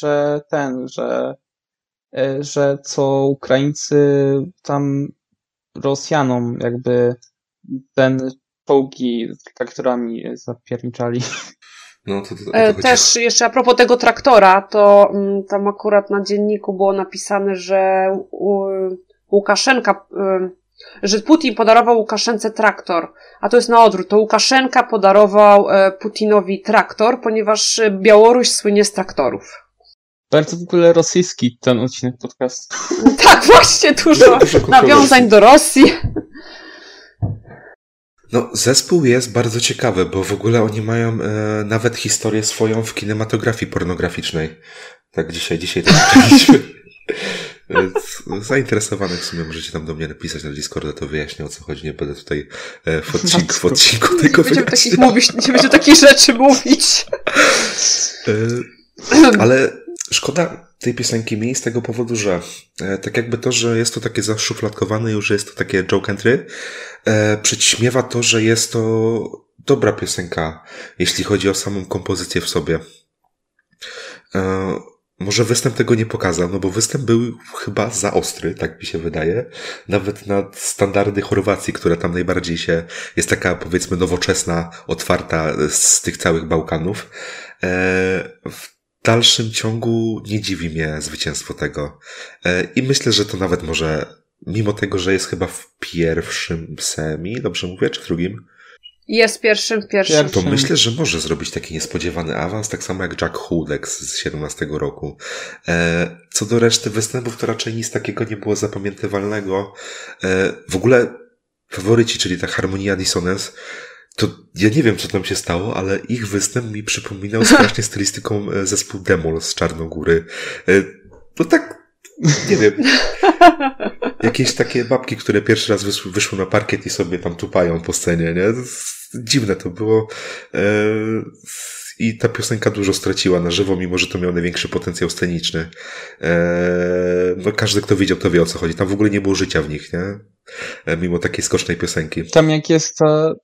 że co Ukraińcy tam Rosjanom jakby ten czołgi z traktorami zapierniczali. No, też jeszcze a propos tego traktora, to tam akurat na dzienniku było napisane, że Łukaszenka, że Putin podarował Łukaszence traktor, a to jest na odwrót, to Łukaszenka podarował Putinowi traktor, ponieważ Białoruś słynie z traktorów. Bardzo w ogóle rosyjski ten odcinek podcastu. Tak, właśnie, dużo nawiązań do Rosji. No, zespół jest bardzo ciekawy, bo w ogóle oni mają nawet historię swoją w kinematografii pornograficznej. Tak, dzisiaj to zaczęliśmy. Zainteresowanych w sumie możecie tam do mnie napisać na Discorda, to wyjaśnię, o co chodzi. Nie będę tutaj w odcinku tego wyjaśniał. Nie będziemy takich rzeczy mówić. Ale szkoda tej piosenki mi z tego powodu, że tak jakby to, że jest to takie zaszufladkowane już, że jest to takie joke entry, przyćmiewa to, że jest to dobra piosenka, jeśli chodzi o samą kompozycję w sobie. Może występ tego nie pokazał, no bo występ był chyba za ostry, tak mi się wydaje. Nawet na standardy Chorwacji, która tam najbardziej jest taka, powiedzmy, nowoczesna, otwarta z tych całych Bałkanów. W dalszym ciągu nie dziwi mnie zwycięstwo tego. I myślę, że to nawet może, mimo tego, że jest chyba w pierwszym semi, dobrze mówię, czy w drugim? Jest pierwszym. To myślę, że może zrobić taki niespodziewany awans, tak samo jak Jack Hudek z 17 roku. Co do reszty występów, to raczej nic takiego nie było zapamiętywalnego. W ogóle faworyci, czyli ta harmonia dissonance, to ja nie wiem, co tam się stało, ale ich występ mi przypominał strasznie stylistyką zespół Demol z Czarnogóry. No tak, nie wiem. Jakieś takie babki, które pierwszy raz wyszły na parkiet i sobie tam tupają po scenie, nie? Dziwne to było. I ta piosenka dużo straciła na żywo, mimo że to miał największy potencjał sceniczny. No każdy, kto widział, to wie, o co chodzi. Tam w ogóle nie było życia w nich, nie? Mimo takiej skocznej piosenki. Tam jak jest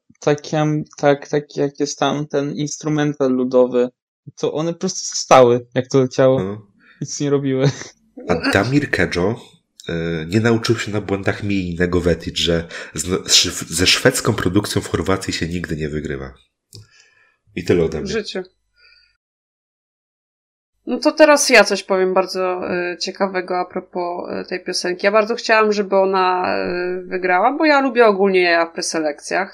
jak jest tam ten instrumental ludowy, to one po prostu zostały, jak to leciało. No. Nic nie robiły. A Damir Kedjo nie nauczył się na błędach Miinego Vetic, że ze szwedzką produkcją w Chorwacji się nigdy nie wygrywa. I tyle ode mnie. W życiu. No to teraz ja coś powiem bardzo ciekawego a propos tej piosenki. Ja bardzo chciałam, żeby ona wygrała, bo ja lubię ogólnie w preselekcjach.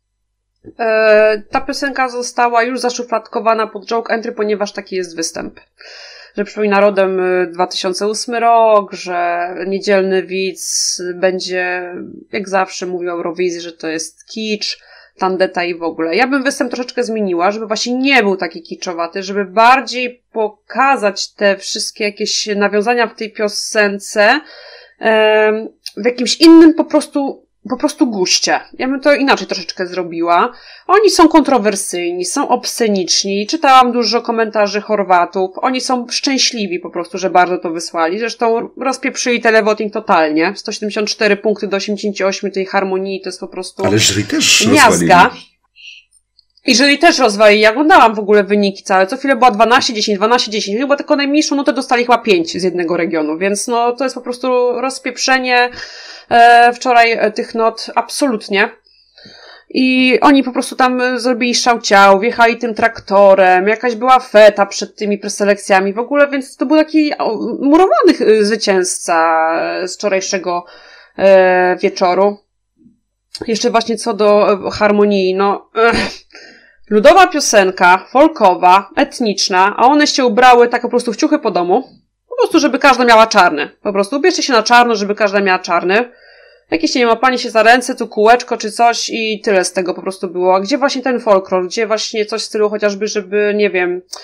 Ta piosenka została już zaszufladkowana pod joke entry, ponieważ taki jest występ. Że przypomina rodem 2008 rok, że niedzielny widz będzie, jak zawsze mówił o Eurowizji, że to jest kicz, tandeta i w ogóle. Ja bym występ troszeczkę zmieniła, żeby właśnie nie był taki kiczowaty, żeby bardziej pokazać te wszystkie jakieś nawiązania w tej piosence w jakimś innym po prostu guście. Ja bym to inaczej troszeczkę zrobiła. Oni są kontrowersyjni, są obsceniczni. Czytałam dużo komentarzy Chorwatów. Oni są szczęśliwi po prostu, że bardzo to wysłali. Zresztą rozpieprzyli televoting totalnie. 174 punkty do 88 tej harmonii to jest po prostu ale jury też miazga. I jury też rozwalili. Ja oglądałam w ogóle wyniki całe. Co chwilę była 12-10, 12-10. Chyba tylko najmniejszą notę dostali chyba 5 z jednego regionu. Więc no to jest po prostu rozpieprzenie wczoraj tych not absolutnie. I oni po prostu tam zrobili szałciał, wjechali tym traktorem, jakaś była feta przed tymi preselekcjami w ogóle, więc to był taki murowany zwycięzca z wczorajszego wieczoru. Jeszcze właśnie co do harmonii, ludowa piosenka, folkowa, etniczna, a one się ubrały tak po prostu w ciuchy po domu. Po prostu, żeby każda miała czarny. Po prostu ubierzcie się na czarno, żeby każda miała czarny. Jakieś, nie wiem, łapanie się za ręce, tu kółeczko czy coś i tyle z tego po prostu było. A gdzie właśnie ten folklor? Gdzie właśnie coś w stylu chociażby, żeby, nie wiem,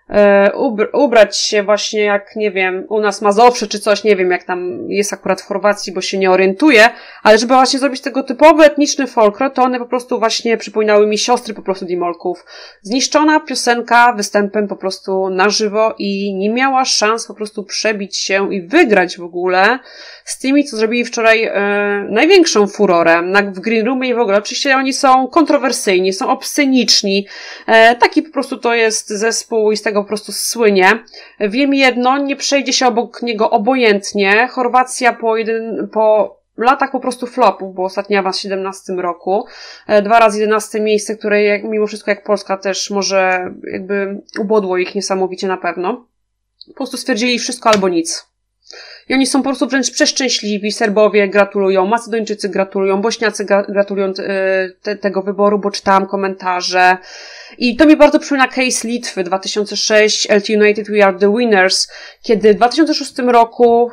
ubrać się właśnie jak, nie wiem, u nas Mazowsze czy coś, nie wiem jak tam jest akurat w Chorwacji, bo się nie orientuję, ale żeby właśnie zrobić tego typowy etniczny folklor, to one po prostu właśnie przypominały mi siostry po prostu Dimolków. Zniszczona piosenka występem po prostu na żywo i nie miała szans po prostu przebić się i wygrać w ogóle z tymi, co zrobili wczoraj największą furorę w Green Roomie i w ogóle. Oczywiście oni są kontrowersyjni, są obsceniczni. Taki po prostu to jest zespół i z tego po prostu słynie. Wiem jedno, nie przejdzie się obok niego obojętnie. Chorwacja po latach po prostu flopów, bo ostatni awans w 17 roku. 2 razy 11 miejsce, które mimo wszystko jak Polska też może jakby ubodło ich niesamowicie na pewno. Po prostu stwierdzili wszystko albo nic. I oni są po prostu wręcz przeszczęśliwi. Serbowie gratulują, Macedończycy gratulują, Bośniacy gratulują tego wyboru, bo czytałam komentarze. I to mi bardzo przypomina case Litwy 2006, LT United We Are The Winners, kiedy w 2006 roku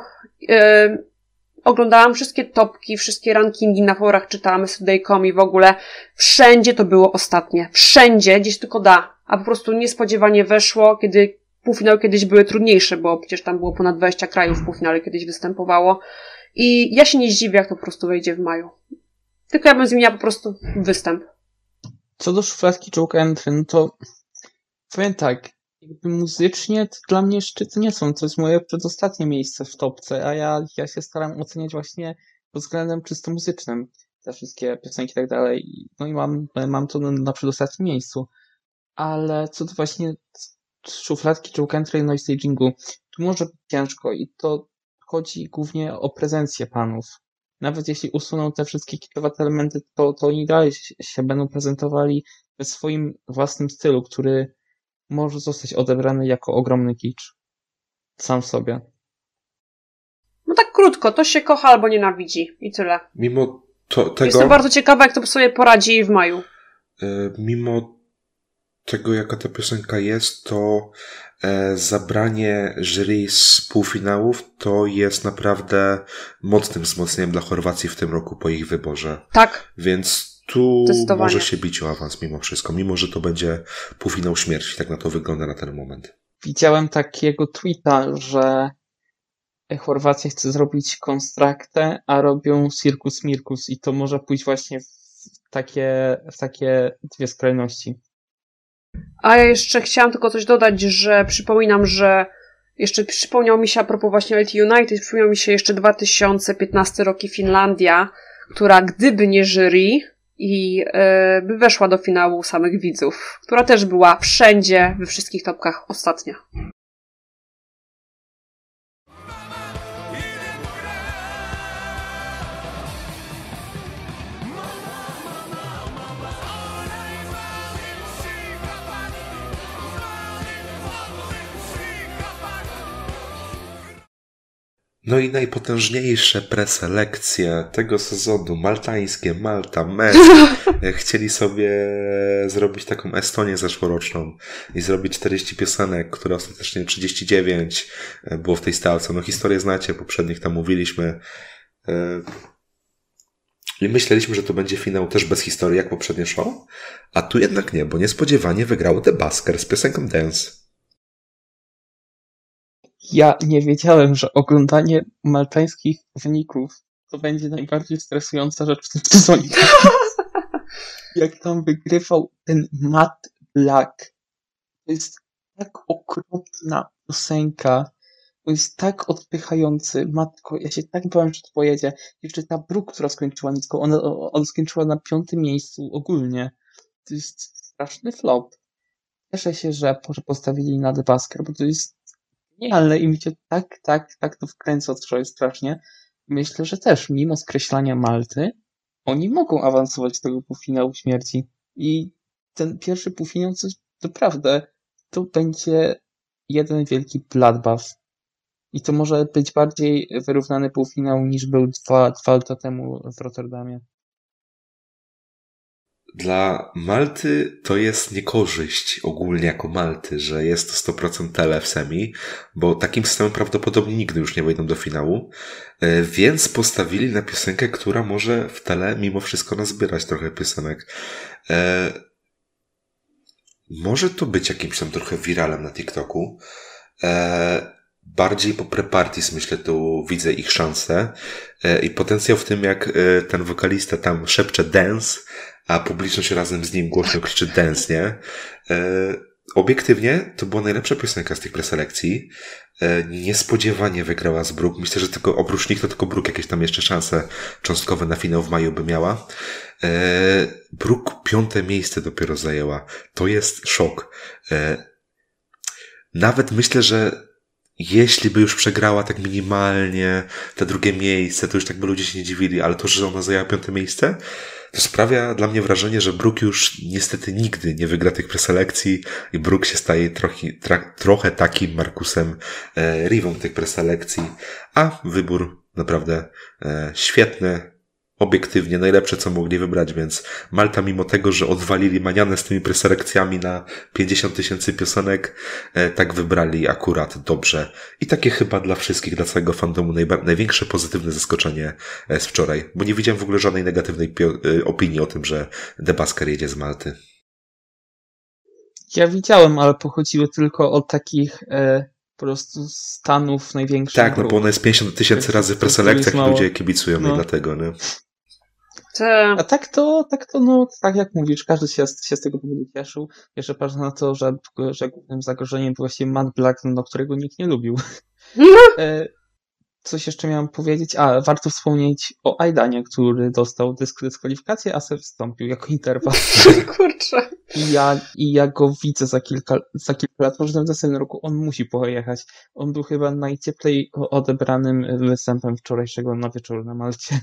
oglądałam wszystkie topki, wszystkie rankingi na forach, czytałam Today.com i w ogóle wszędzie to było ostatnie. Wszędzie, gdzieś tylko da. A po prostu niespodziewanie weszło, kiedy półfinały kiedyś były trudniejsze, bo przecież tam było ponad 20 krajów w półfinale kiedyś występowało. I ja się nie zdziwię, jak to po prostu wejdzie w maju. Tylko ja bym zmieniała po prostu występ. Co do szufladki Joke Entry, no to powiem tak, jakby muzycznie to dla mnie szczyty nie są. To jest moje przedostatnie miejsce w topce, a ja się staram oceniać właśnie pod względem czysto muzycznym te wszystkie piosenki i tak dalej. No i mam to na przedostatnim miejscu. Ale co do właśnie szufladki Joke Entry no i stagingu, tu może być ciężko i to chodzi głównie o prezencję panów. Nawet jeśli usuną te wszystkie kitowate elementy, to oni dalej się będą prezentowali w swoim własnym stylu, który może zostać odebrany jako ogromny kicz. Sam w sobie. No tak krótko, to się kocha albo nienawidzi i tyle. Mimo tego... Jestem bardzo ciekawa, jak to sobie poradzi w maju. Mimo tego, jaka ta piosenka jest, to zabranie jury z półfinałów to jest naprawdę mocnym wzmocnieniem dla Chorwacji w tym roku po ich wyborze. Tak. Więc tu może się bić o awans mimo wszystko, mimo że to będzie półfinał śmierci, tak na to wygląda na ten moment. Widziałem takiego tweeta, że Chorwacja chce zrobić konstraktę, a robią Circus Mircus i to może pójść właśnie w takie dwie skrajności. A ja jeszcze chciałam tylko coś dodać, że przypominam, że jeszcze przypomniał mi się a propos właśnie LT United, przypomniał mi się jeszcze 2015 rok i Finlandia, która gdyby nie jury i by weszła do finału samych widzów, która też była wszędzie, we wszystkich topkach ostatnia. No i najpotężniejsze preselekcje tego sezonu, maltańskie, Malta, mecz. Chcieli sobie zrobić taką Estonię zeszłoroczną i zrobić 40 piosenek, które ostatecznie 39 było w tej stawce. No historię znacie, poprzednich tam mówiliśmy. I myśleliśmy, że to będzie finał też bez historii, jak poprzednie show, a tu jednak nie, bo niespodziewanie wygrało The Basker z piosenką Dance. Ja nie wiedziałem, że oglądanie maltańskich wyników to będzie najbardziej stresująca rzecz w tym sezonie. Jak tam wygrywał ten Matt Black. To jest tak okropna piosenka. To jest tak odpychający. Matko, ja się tak bałem, że to pojedzie. Jeszcze ta Brooke, która skończyła nisko, ona skończyła na 5. miejscu ogólnie. To jest straszny flop. Cieszę się, że postawili na The Basker, bo to jest genialne i mi się tak to wkręca strasznie. Myślę, że też mimo skreślania Malty, oni mogą awansować do tego półfinału śmierci. I ten pierwszy półfinał, to naprawdę, to będzie jeden wielki bloodbath. I to może być bardziej wyrównany półfinał niż był dwa lata temu w Rotterdamie. Dla Malty to jest niekorzyść ogólnie jako Malty, że jest to 100% tele w semi, bo takim systemem prawdopodobnie nigdy już nie wejdą do finału, więc postawili na piosenkę, która może w tele mimo wszystko nazbierać trochę piosenek. może to być jakimś tam trochę wiralem na TikToku. Bardziej po pre-parties, myślę, tu widzę ich szansę i potencjał w tym, jak ten wokalista tam szepcze dance, a publiczność razem z nim głośno krzyczy dance, nie? Obiektywnie to była najlepsza piosenka z tych preselekcji. Niespodziewanie wygrała z Brooke. Myślę, że tylko oprócz nich to tylko Brooke jakieś tam jeszcze szanse cząstkowe na finał w maju by miała. Brooke 5. miejsce dopiero zajęła. To jest szok. Nawet myślę, że jeśli by już przegrała tak minimalnie te drugie miejsce, to już tak by ludzie się nie dziwili, ale to, że ona zajęła 5. miejsce, to sprawia dla mnie wrażenie, że Brooke już niestety nigdy nie wygra tych preselekcji i Brooke się staje trochę takim Markusem Rivą tych preselekcji, a wybór naprawdę świetny, obiektywnie najlepsze, co mogli wybrać, więc Malta mimo tego, że odwalili manianę z tymi preselekcjami na 50 000 piosenek, tak wybrali akurat dobrze. I takie chyba dla wszystkich, dla całego fandomu największe pozytywne zaskoczenie z wczoraj, bo nie widziałem w ogóle żadnej negatywnej opinii o tym, że The Basker jedzie z Malty. Ja widziałem, ale pochodziły tylko od takich po prostu stanów największych. Tak, no bo ona jest 50 000 razy w preselekcjach i ludzie kibicują jej dlatego, nie? A tak to, no, tak jak mówisz, każdy się z tego powodu cieszył. Jeszcze patrzę na to, że głównym zagrożeniem był właśnie Matt Black, no, którego nikt nie lubił. Coś jeszcze miałem powiedzieć? Warto wspomnieć o Aidanie, który dostał dyskwalifikację, a se wstąpił jako interwał. Kurczę. I ja go widzę za kilka lat, może w następnym roku on musi pojechać. On był chyba najcieplej odebranym występem wczorajszego na wieczoru na Malcie.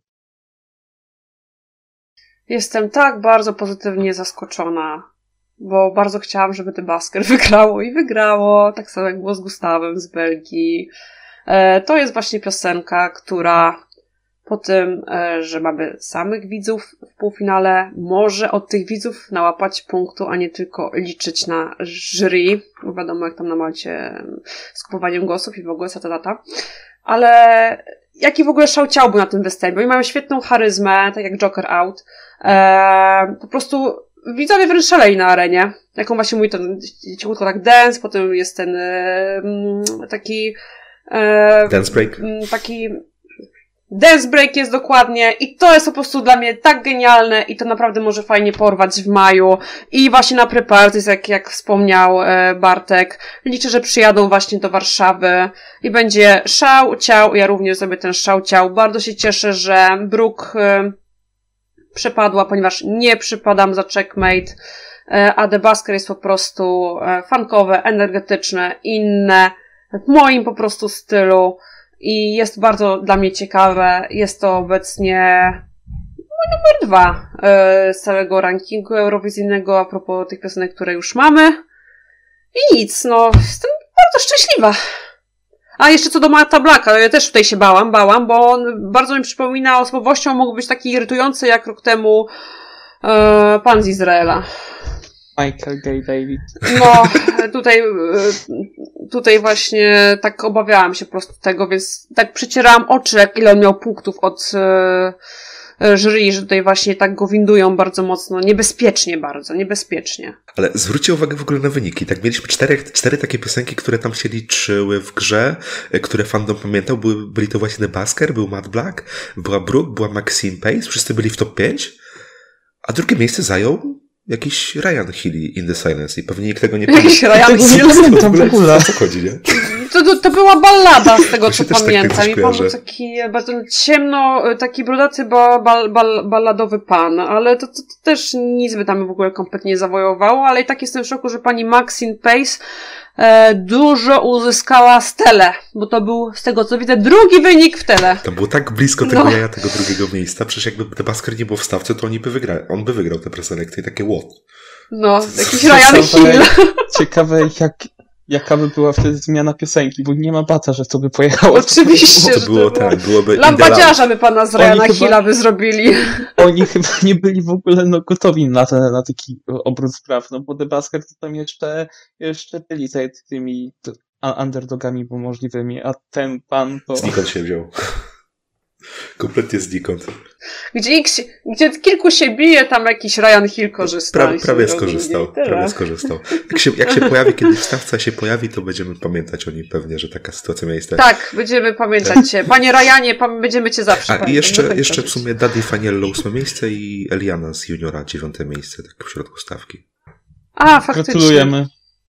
Jestem tak bardzo pozytywnie zaskoczona, bo bardzo chciałam, żeby The Basker wygrało i wygrało, tak samo jak było z Gustawem z Belgii. To jest właśnie piosenka, która po tym, że mamy samych widzów w półfinale, może od tych widzów nałapać punktu, a nie tylko liczyć na jury, bo wiadomo jak tam na Malcie z kupowaniem głosów i w ogóle satadata. Ale jaki w ogóle szał był na tym występie? Oni mają świetną charyzmę, tak jak Joker Out. Po prostu widzowie wręcz szaleli na arenie. Jak on właśnie mówi, to cichutko tak dance, potem jest ten taki dance break. Taki dance break jest dokładnie i to jest po prostu dla mnie tak genialne i to naprawdę może fajnie porwać w maju i właśnie na pre-parties, jak wspomniał Bartek, liczę, że przyjadą właśnie do Warszawy i będzie szał, ciał, ja również sobie ten szał, ciał. Bardzo się cieszę, że Brooke przepadła, ponieważ nie przypadam za checkmate, a The Basker jest po prostu funkowe, energetyczne, inne, w moim po prostu stylu i jest bardzo dla mnie ciekawe. Jest to obecnie mój numer 2 z całego rankingu eurowizyjnego a propos tych piosenek, które już mamy. I nic, no jestem bardzo szczęśliwa. A jeszcze co do Matta Blacka, ja też tutaj się bałam, bo on bardzo mi przypomina osobowością, mógł być taki irytujący jak rok temu pan z Izraela. Michael Gay David. No, tutaj właśnie tak obawiałam się po prostu tego, więc tak przycierałam oczy, jak ile on miał punktów od jury, że tutaj właśnie tak go windują bardzo mocno, niebezpiecznie. Ale zwróćcie uwagę w ogóle na wyniki. Tak mieliśmy cztery takie piosenki, które tam się liczyły w grze, które fandom pamiętał. Byli to właśnie The Basker, był Matt Black, była Brooke, była Maxine Pace, wszyscy byli w top 5, a drugie miejsce zajął jakiś Ryan Healy in the Silence i pewnie nikt tego nie pamięta. Jakiś Ryan Healy? W ogóle o co chodzi, nie? To była ballada z tego, co pamiętam. Tak I pan był taki bardzo ciemno, taki brodaty balladowy pan, ale to też nic by tam w ogóle kompletnie nie zawojowało, ale i tak jestem w szoku, że pani Maxine Pace dużo uzyskała z tele, bo to był, z tego co widzę, drugi wynik w tele. To było tak blisko tego jaja, tego drugiego miejsca. Przecież jakby The Basker nie był w stawce, to on by wygrał te preselekcje i takie what? No, jakiś Ryan Hill. Ciekawe jaka by była wtedy zmiana piosenki, bo nie ma bata, że to by pojechało. Oczywiście, to było tak, byłoby lambadziarza by pana z Ryana Hilla by zrobili. Oni chyba nie byli w ogóle gotowi na taki obrót spraw, no bo The Basker to tam jeszcze byli tymi underdogami możliwymi, a ten pan to... Znikąd się wziął. Kompletnie znikąd. Gdzie kilku się bije, tam jakiś Ryan Hill korzysta. Prawie skorzystał. Jak się pojawi, kiedy wstawca się pojawi, to będziemy pamiętać o nim pewnie, że taka sytuacja miała miejsce. Tak, będziemy pamiętać cię. Panie Ryanie, będziemy cię zawsze pamiętać. I jeszcze w sumie Daddy Faniello 8 miejsce i Eliana z Juniora 9 miejsce, tak w środku stawki. A, faktycznie. Gratulujemy.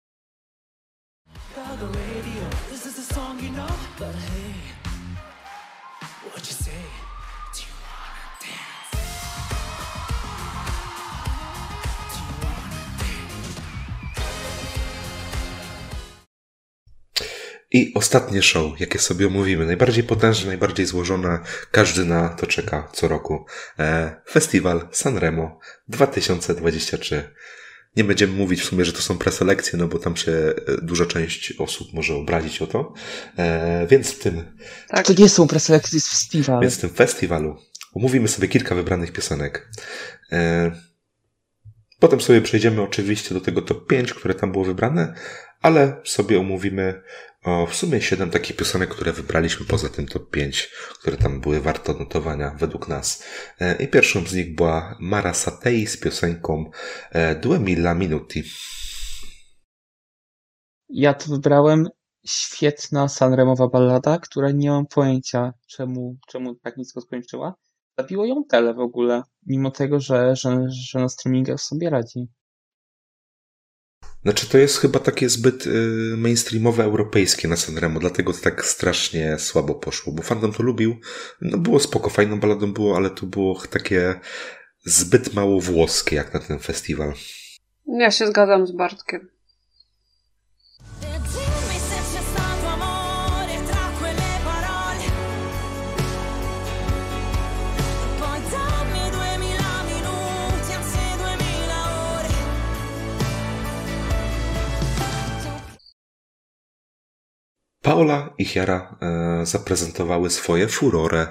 I ostatnie show, jakie sobie omówimy. Najbardziej potężne, najbardziej złożone. Każdy na to czeka co roku. Festiwal Sanremo 2023. Nie będziemy mówić w sumie, że to są preselekcje, no bo tam się duża część osób może obrazić o to. Więc w tym... Tak. To nie są preselekcje, to jest festiwal. Więc w tym festiwalu omówimy sobie kilka wybranych piosenek. Potem sobie przejdziemy oczywiście do tego top 5, które tam było wybrane, ale sobie omówimy w sumie 7 takich piosenek, które wybraliśmy poza tym top 5, które tam były warte odnotowania według nas. I pierwszą z nich była Mara Satei z piosenką 2000 Minuti. Ja to wybrałem. Świetna sanremowa ballada, która nie mam pojęcia, czemu tak nisko skończyła. Zabiło ją tele w ogóle, mimo tego, że na streamingach sobie radzi. Znaczy to jest chyba takie zbyt mainstreamowe, europejskie na Sanremo, dlatego to tak strasznie słabo poszło, bo fandom to lubił, no było spoko, fajną balladą było, ale to było takie zbyt mało włoskie jak na ten festiwal. Ja się zgadzam z Bartkiem. Paola i Chiara zaprezentowały swoje Furore.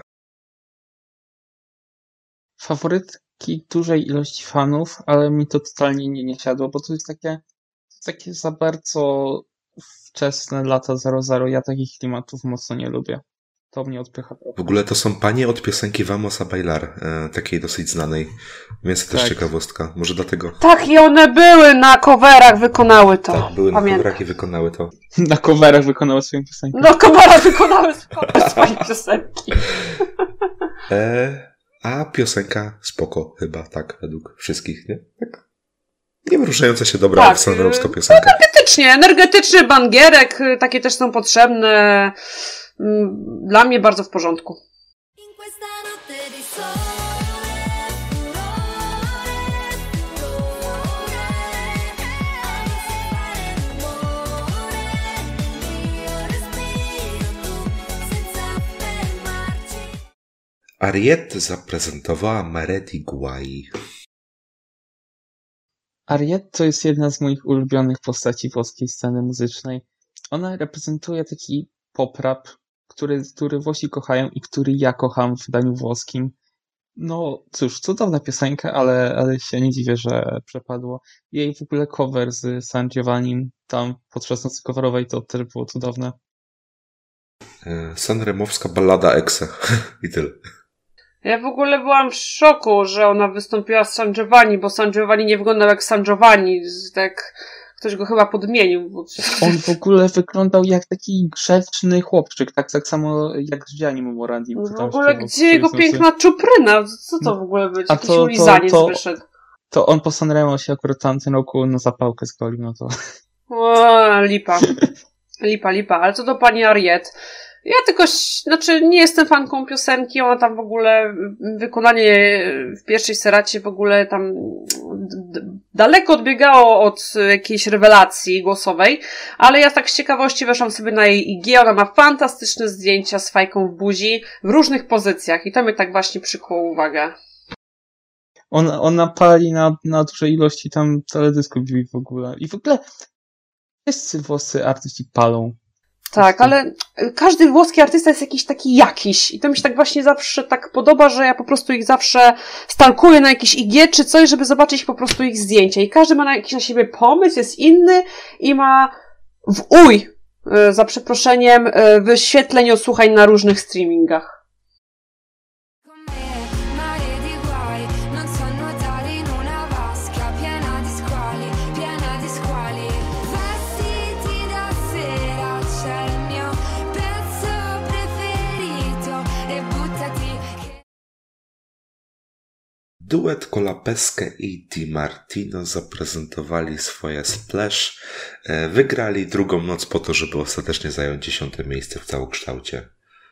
Faworytki dużej ilości fanów, ale mi to totalnie nie siadło, bo to jest takie za bardzo wczesne lata 00. Ja takich klimatów mocno nie lubię. To mnie odpycha trochę. W ogóle to są panie od piosenki Vamos a Bailar, takiej dosyć znanej, więc też ciekawostka. Może dlatego... Tak, i one były na coverach, wykonały to. Tak, były na coverach i wykonały to. Na coverach wykonały swoją piosenkę. Na coverach wykonały swoje piosenki. A piosenka spoko chyba, tak, według wszystkich, nie? Tak. Nie wyruszająca się dobra sanremowska piosenka. Energetyczny bangierek, takie też są potrzebne. Dla mnie bardzo w porządku. Ariete zaprezentowała Mare di Guai. Ariete to jest jedna z moich ulubionych postaci włoskiej sceny muzycznej. Ona reprezentuje taki pop-rap, który Włosi kochają i który ja kocham w wydaniu włoskim. No cóż, cudowna piosenka, ale się nie dziwię, że przepadło. Jej w ogóle cover z San Giovannim tam podczas nocy coverowej to też było cudowne. Sanremowska ballada Exe i tyle. Ja w ogóle byłam w szoku, że ona wystąpiła z San Giovanni, bo San Giovanni nie wyglądał jak San Giovanni, tak ktoś go chyba podmienił. Bo... On w ogóle wyglądał jak taki grzeczny chłopczyk, tak samo jak Gianni Morandi. W ogóle gdzie jego piękna czupryna? Co to w ogóle być? Jakiś ulizaniec wyszedł. To on po Sanremo się akurat tamten roku na zapałkę zgolił, no to... O, lipa. Lipa. Ale co do pani Ariete? Ja tylko, nie jestem fanką piosenki, ona tam w ogóle, wykonanie w pierwszej seracie w ogóle tam daleko odbiegało od jakiejś rewelacji głosowej, ale ja tak z ciekawości weszłam sobie na jej IG, ona ma fantastyczne zdjęcia z fajką w buzi w różnych pozycjach i to mnie tak właśnie przykuło uwagę. Ona pali na dużej ilości tam teledysków w ogóle. I w ogóle wszyscy włoscy artyści palą. Tak, ale każdy włoski artysta jest jakiś i to mi się tak właśnie zawsze tak podoba, że ja po prostu ich zawsze stalkuję na jakieś IG czy coś, żeby zobaczyć po prostu ich zdjęcia i każdy ma jakiś na siebie pomysł, jest inny i ma za przeproszeniem, wyświetleń odsłuchań na różnych streamingach. Duet Colapesque i Di Martino zaprezentowali swoje Splash. Wygrali drugą noc po to, żeby ostatecznie zająć 10. miejsce w całokształcie.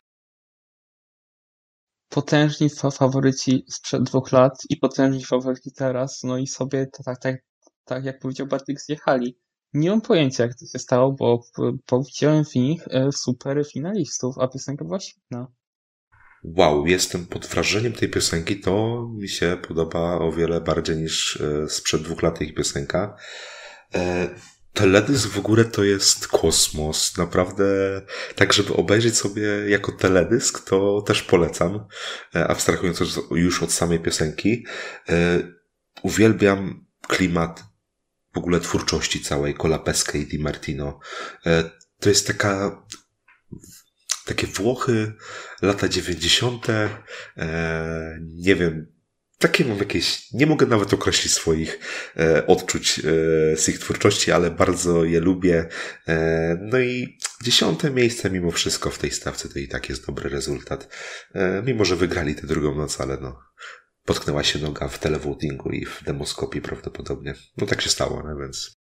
Potężni faworyci sprzed 2 lat i potężni faworyci teraz, no i sobie tak jak powiedział Bartek, zjechali. Nie mam pojęcia, jak to się stało, bo widziałem w nich super finalistów, a piosenka była świetna. Wow, jestem pod wrażeniem tej piosenki, to mi się podoba o wiele bardziej niż sprzed 2 lat ich piosenka. Teledysk w ogóle to jest kosmos, naprawdę, tak żeby obejrzeć sobie jako teledysk, to też polecam, abstrahując już od samej piosenki. Uwielbiam klimat w ogóle twórczości całej Colapesque i Di Martino. To jest takie Włochy, lata 90. Nie wiem, takie mam jakieś, nie mogę nawet określić swoich odczuć z ich twórczości, ale bardzo je lubię. No i 10. miejsce mimo wszystko w tej stawce to i tak jest dobry rezultat. Mimo, że wygrali tę drugą noc, ale no, potknęła się noga w televotingu i w demoskopii prawdopodobnie. No tak się stało, no więc...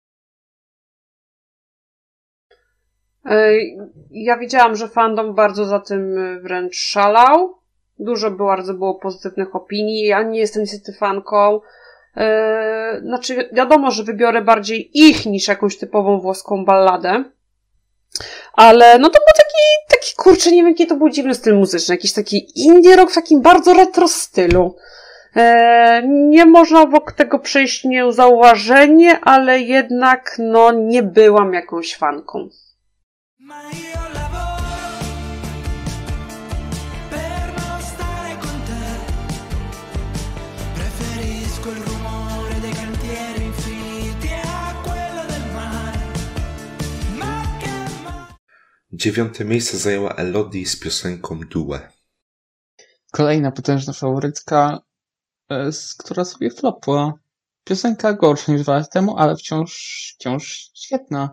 Ja widziałam, że fandom bardzo za tym wręcz szalał. Bardzo było pozytywnych opinii. Ja nie jestem niestety fanką. Znaczy, wiadomo, że wybiorę bardziej ich niż jakąś typową włoską balladę. Ale no to był taki kurczę, nie wiem, jaki to był dziwny styl muzyczny. Jakiś taki indie rock w takim bardzo retro stylu. Nie można obok tego przejść niezauważenie, ale jednak no nie byłam jakąś fanką. Dziewiąte miejsce zajęła Elodie z piosenką Due. Kolejna potężna faworytka, która sobie flopła. Piosenka gorsza niż 2 lata temu, ale wciąż świetna.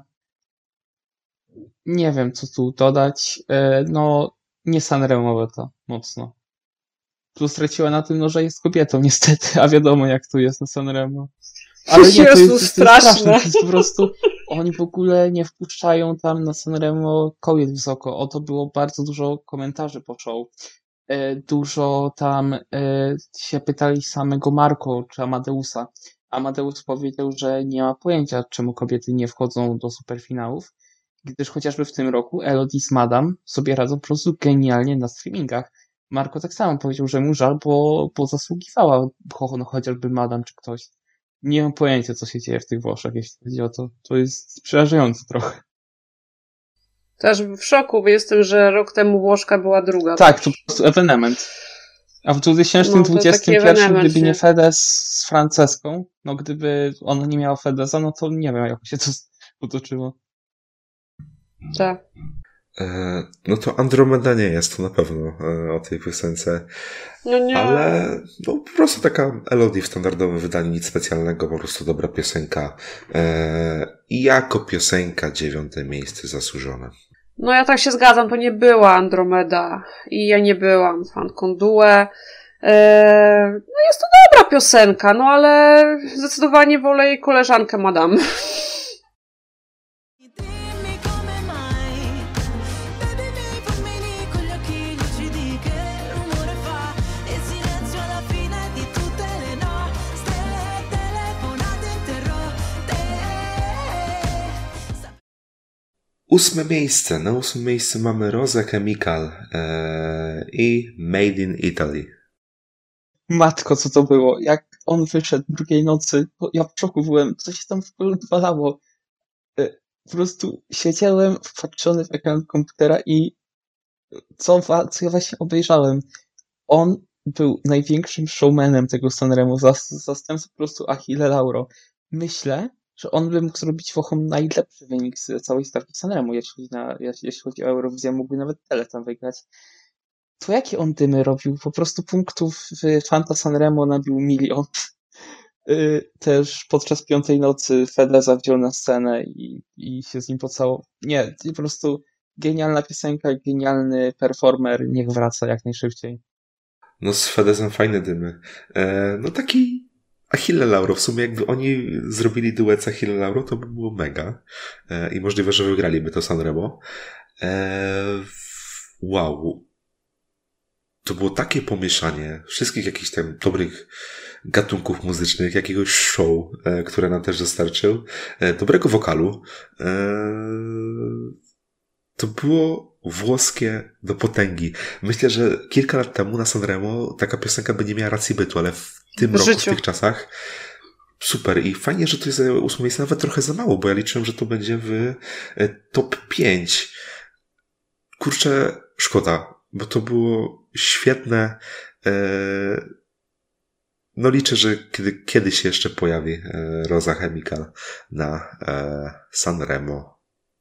Nie wiem, co tu dodać. No, nie Sanremowe to mocno. Tu straciła na tym, no, że jest kobietą, niestety, a wiadomo, jak tu jest na Sanremo. Ale nie, to jest straszne. To jest po prostu, oni w ogóle nie wpuszczają tam na Sanremo kobiet wysoko. O to było bardzo dużo komentarzy po show. Dużo tam się pytali samego Marco czy Amadeusa. Amadeus powiedział, że nie ma pojęcia, czemu kobiety nie wchodzą do superfinałów, gdyż chociażby w tym roku Elodie z Madame sobie radzą po prostu genialnie na streamingach. Marco tak samo powiedział, że mu żal, bo zasługiwała chociażby Madame czy ktoś. Nie mam pojęcia, co się dzieje w tych Włoszech, jeśli chodzi o to. To jest przerażające trochę. Też w szoku, bo jestem, że rok temu Włoszka była druga. Tak, to po prostu ewenement. A w 2021, gdyby nie Fede z Franceską, no gdyby ona nie miała Fedeza, no to nie wiem, jak się to potoczyło. Tak. No to Andromeda nie jest to na pewno o tej piosence. No nie. Ale no po prostu taka Elodie w standardowym wydaniu, nic specjalnego, po prostu dobra piosenka. I jako piosenka 9. miejsce zasłużone. No ja tak się zgadzam, to nie była Andromeda i ja nie byłam fanką Due. No jest to dobra piosenka, no ale zdecydowanie wolę jej koleżankę Madame. Ósme miejsce. Na 8. miejscu mamy Rose Chemical i Made in Italy. Matko, co to było? Jak on wyszedł drugiej nocy, ja w szoku byłem, co się tam w ogóle odwalało. Po prostu siedziałem wpatrzony w ekran komputera i co ja właśnie obejrzałem. On był największym showmanem tego Sanremo, zastępcą po prostu Achille Lauro. Myślę, że on by mógł zrobić Włochom najlepszy wynik z całej stawki Sanremo, jeśli chodzi o Eurowizję, mógłby nawet tyle tam wygrać. To jakie on dymy robił? Po prostu punktów w Fanta Sanremo nabił 1 000 000. Też podczas 5. nocy Fedeza wziął na scenę i się z nim pocałował. Nie, po prostu genialna piosenka, genialny performer, niech wraca jak najszybciej. No z Fedezem fajne dymy. No taki Achille Lauro. W sumie jakby oni zrobili duet z Achille Lauro, to by było mega. I możliwe, że wygraliby to Sanremo. Wow. To było takie pomieszanie wszystkich jakichś tam dobrych gatunków muzycznych, jakiegoś show, które nam też dostarczył, dobrego wokalu. To było włoskie do potęgi. Myślę, że kilka lat temu na Sanremo taka piosenka by nie miała racji bytu, ale w tym roku, w tych czasach super. I fajnie, że to jest 8 miejsce, nawet trochę za mało, bo ja liczyłem, że to będzie w top 5. Kurczę, szkoda, bo to było świetne. No liczę, że kiedyś się jeszcze pojawi Rosa Chemical na Sanremo.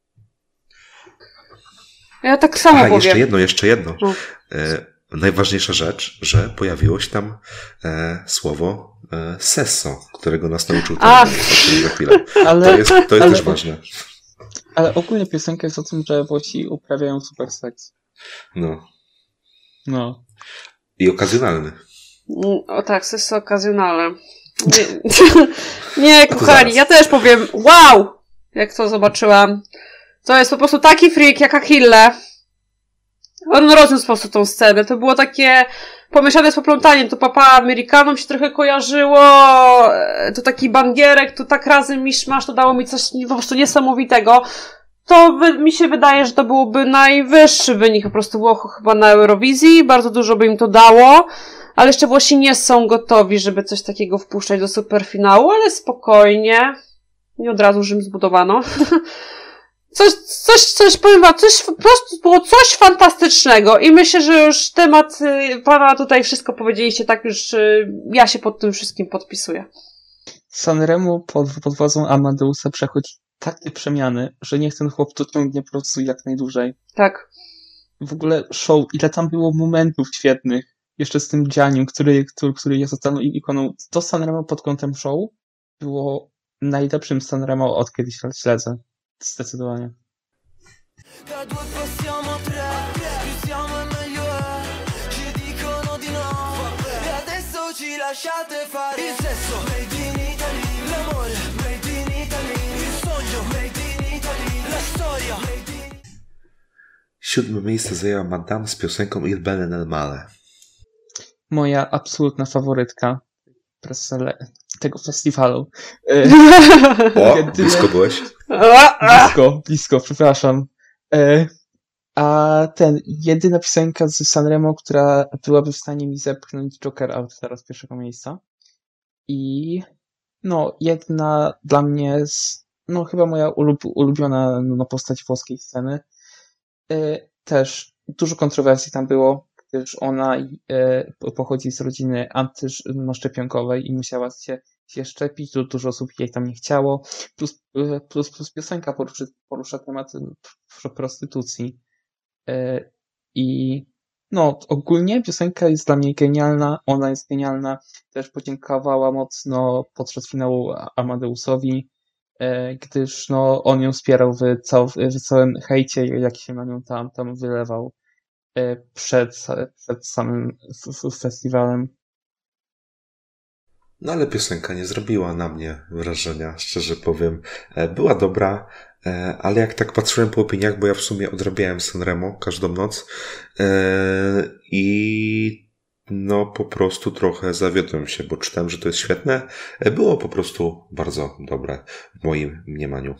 Ja tak samo powiem. Jeszcze jedno. Najważniejsza rzecz, że pojawiło się tam słowo sesso, którego nas nauczył ten za chwilę. To jest też ważne. Ale ogólnie piosenka jest o tym, że Włosi uprawiają super seks. No. I okazjonalny. O tak, sesso okazjonalne. Nie, kochani, ja też powiem, wow! Jak to zobaczyłam. To jest po prostu taki freak jak Achille. On rozniósł po prostu tą scenę. To było takie pomieszane z poplątaniem. To Papa Amerykanom się trochę kojarzyło. To taki bangierek, to tak razem miszmasz. To dało mi coś po prostu niesamowitego. To mi się wydaje, że to byłoby najwyższy wynik po prostu Włoch chyba na Eurowizji. Bardzo dużo by im to dało. Ale jeszcze Włosi nie są gotowi, żeby coś takiego wpuszczać do superfinału, ale spokojnie. Nie od razu Rzym zbudowano. Powiem wam, po prostu było coś fantastycznego i myślę, że już temat pana tutaj wszystko powiedzieliście, tak już ja się pod tym wszystkim podpisuję. Sanremo pod wodzą Amadeusa przechodzi takie przemiany, że niech ten chłop to ciągnie po prostu jak najdłużej. Tak. W ogóle show, ile tam było momentów świetnych, jeszcze z tym Giannim, który jest totalną ikoną. To Sanremo pod kątem show było najlepszym Sanremo od kiedy śledzę. Zdecydowanie. Siódme miejsce zajęła Madame z piosenką Il bene nel male. Moja absolutna faworytka tego festiwalu. Blisko byłeś? Blisko, przepraszam. A jedyna piosenka z Sanremo, która byłaby w stanie mi zepchnąć Joker out teraz pierwszego miejsca. I jedna dla mnie chyba moja ulubiona postać włoskiej sceny. Też dużo kontrowersji tam było, gdyż ona pochodzi z rodziny antyszczepionkowej i musiała się szczepić, dużo osób jej tam nie chciało, plus piosenka porusza temat prostytucji. I ogólnie piosenka jest dla mnie genialna, ona jest genialna, też podziękowała mocno podczas finału Amadeusowi, gdyż on ją wspierał w całym hejcie, jaki się na nią tam wylewał przed samym festiwalem. No ale piosenka nie zrobiła na mnie wrażenia, szczerze powiem. Była dobra, ale jak tak patrzyłem po opiniach, bo ja w sumie odrabiałem Sanremo każdą noc i po prostu trochę zawiodłem się, bo czytałem, że to jest świetne. Było po prostu bardzo dobre w moim mniemaniu.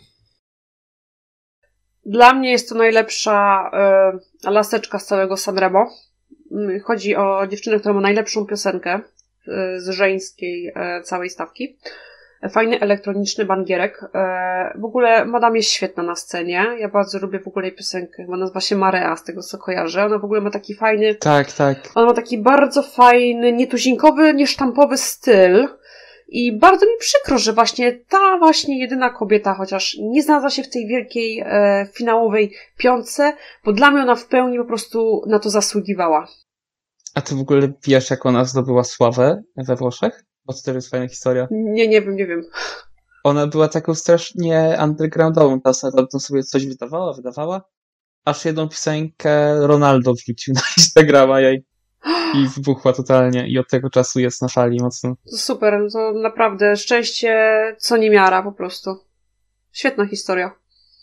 Dla mnie jest to najlepsza laseczka z całego Sanremo. Chodzi o dziewczynę, która ma najlepszą piosenkę z żeńskiej całej stawki. Fajny elektroniczny bangierek. W ogóle Madame jest świetna na scenie. Ja bardzo lubię w ogóle jej piosenkę. Ona nazywa się Marea, z tego co kojarzę. Ona w ogóle ma taki fajny... Tak. Ona ma taki bardzo fajny, nietuzinkowy, niesztampowy styl. I bardzo mi przykro, że ta jedyna kobieta, chociaż nie znalazła się w tej wielkiej finałowej piątce, bo dla mnie ona w pełni po prostu na to zasługiwała. A ty w ogóle wiesz, jak ona zdobyła sławę we Włoszech? Bo to też jest fajna historia. Nie wiem. Ona była taką strasznie undergroundową, to sobie coś wydawała, aż jedną piosenkę Ronaldo wrzucił na Instagrama jej. i wybuchła totalnie i od tego czasu jest na szali mocno. To super, to naprawdę szczęście co niemiara po prostu. Świetna historia.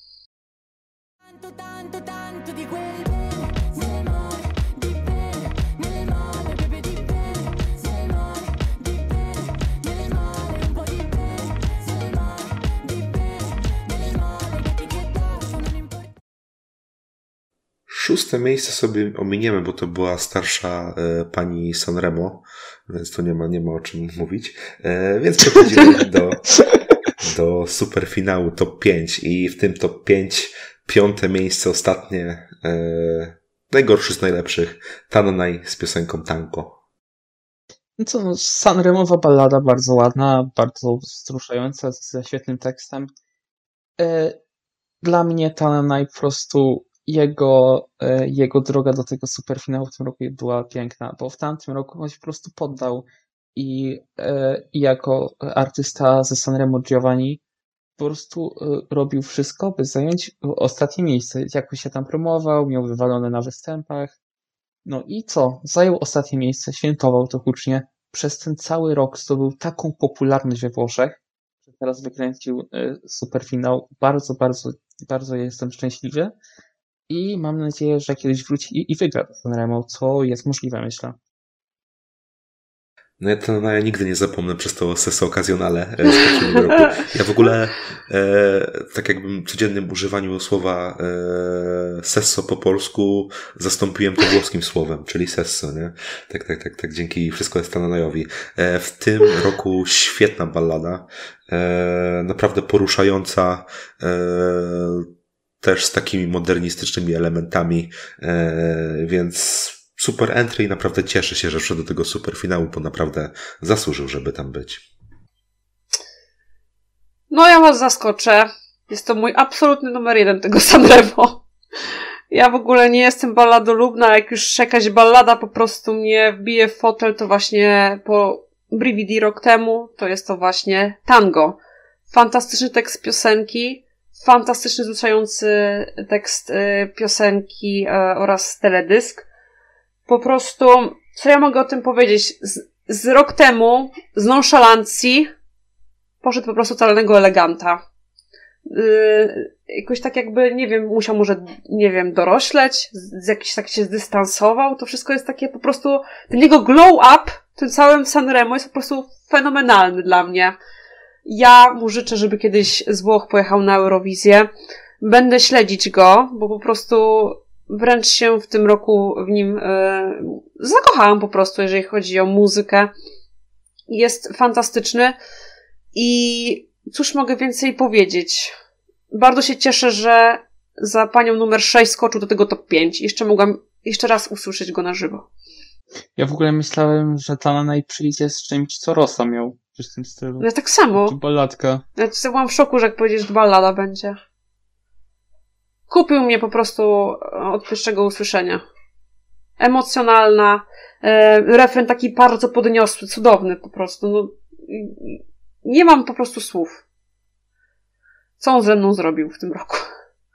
Szóste miejsce sobie ominiemy, bo to była starsza pani Sanremo, więc to nie ma o czym mówić. Więc przechodzimy do superfinału top 5 i w tym top 5 piąte miejsce ostatnie, najgorszy z najlepszych, Tananai z piosenką Tango. No Sanremowa ballada bardzo ładna, bardzo wzruszająca, ze świetnym tekstem. Dla mnie Tananai po prostu jego droga do tego superfinału w tym roku była piękna, bo w tamtym roku on się po prostu poddał i jako artysta ze Sanremo Giovanni po prostu robił wszystko, by zająć ostatnie miejsce. Jakoś się tam promował, miał wywalone na występach. No i co? Zajął ostatnie miejsce, świętował to hucznie. Przez ten cały rok zdobył taką popularność we Włoszech, że teraz wykręcił superfinał. Bardzo, bardzo, bardzo jestem szczęśliwy. I mam nadzieję, że kiedyś wróci i wygra to Sanremo, co jest możliwe, myślę. No ja nigdy nie zapomnę przez to Sesso Occasionale z poprzedniego roku. Ja w ogóle tak jakbym w codziennym używaniu słowa Sesso po polsku zastąpiłem to włoskim słowem, czyli Sesso, nie? Tak, dzięki wszystko jest Tananaiowi. W tym roku świetna ballada, naprawdę poruszająca, też z takimi modernistycznymi elementami, więc super entry i naprawdę cieszę się, że wszedł do tego superfinału, bo naprawdę zasłużył, żeby tam być. No ja was zaskoczę. Jest to mój absolutny numer 1 tego Sanremo. Ja w ogóle nie jestem balladolubna, jak już jakaś ballada po prostu mnie wbije w fotel, to właśnie po Brividi rok temu, to jest to właśnie Tango. Fantastyczny tekst piosenki, fantastyczny, wzruszający tekst piosenki oraz teledysk. Po prostu, co ja mogę o tym powiedzieć? Z rok temu, z nonszalancji, poszedł po prostu totalnego eleganta. Jakoś tak jakby, nie wiem, musiał może, nie wiem, dorośleć, jakiś tak się zdystansował. To wszystko jest takie po prostu, ten jego glow up w tym całym Sanremo jest po prostu fenomenalny dla mnie. Ja mu życzę, żeby kiedyś z Włoch pojechał na Eurowizję. Będę śledzić go, bo po prostu wręcz się w tym roku w nim zakochałam po prostu, jeżeli chodzi o muzykę. Jest fantastyczny i cóż mogę więcej powiedzieć? Bardzo się cieszę, że za panią numer 6 skoczył do tego top 5. Jeszcze mogłam jeszcze raz usłyszeć go na żywo. Ja w ogóle myślałem, że Tananai przyjdzie z czymś, co Rosa miał w tym stylu. Ja tak samo. Czy balladka. Ja byłam w szoku, że jak powiedziesz, że ballada będzie. Kupił mnie po prostu od pierwszego usłyszenia. Emocjonalna, refren taki bardzo podniosły, cudowny po prostu. No, nie mam po prostu słów. Co on ze mną zrobił w tym roku?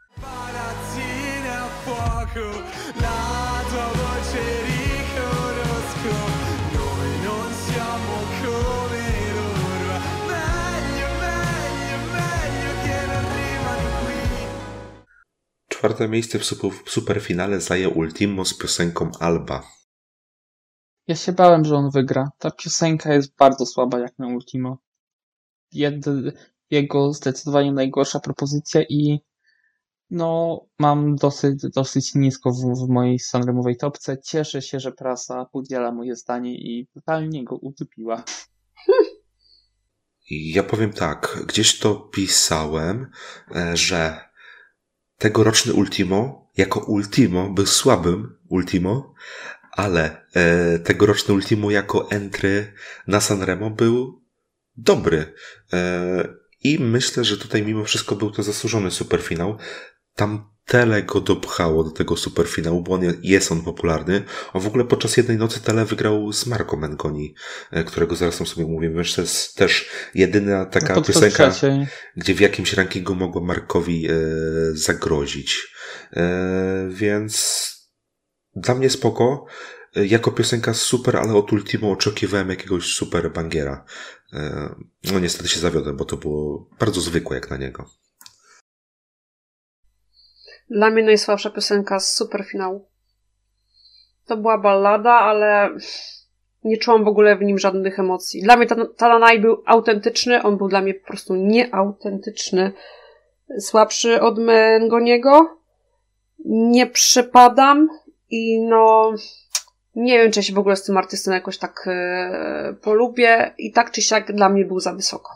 Czwarte miejsce w superfinale zajął Ultimo z piosenką Alba. Ja się bałem, że on wygra. Ta piosenka jest bardzo słaba jak na Ultimo. Jego zdecydowanie najgorsza propozycja i no mam dosyć nisko w mojej Sanremowej topce. Cieszę się, że prasa udziela moje zdanie i totalnie go utopiła. Ja powiem tak, gdzieś to pisałem, że tegoroczny Ultimo, jako Ultimo, był słabym Ultimo, ale tegoroczny Ultimo jako entry na Sanremo był dobry. I myślę, że tutaj mimo wszystko był to zasłużony superfinał. Tam Tele go dopchało do tego superfinału, bo jest on popularny. A w ogóle podczas jednej nocy Tele wygrał z Marco Mengoni, którego zaraz sobie mówię. Wiesz, to jest też jedyna taka piosenka, gdzie w jakimś rankingu mogła Markowi zagrozić. Więc dla mnie spoko. jako piosenka super, ale od Ultimo oczekiwałem jakiegoś super bangiera. No niestety się zawiodłem, bo to było bardzo zwykłe jak na niego. Dla mnie najsłabsza piosenka z superfinału. To była ballada, ale nie czułam w ogóle w nim żadnych emocji. Dla mnie Talanai był autentyczny, on był dla mnie po prostu nieautentyczny. Słabszy od Mengoniego. Nie przepadam i no nie wiem, czy ja się w ogóle z tym artystą jakoś tak polubię i tak czy siak dla mnie był za wysoko.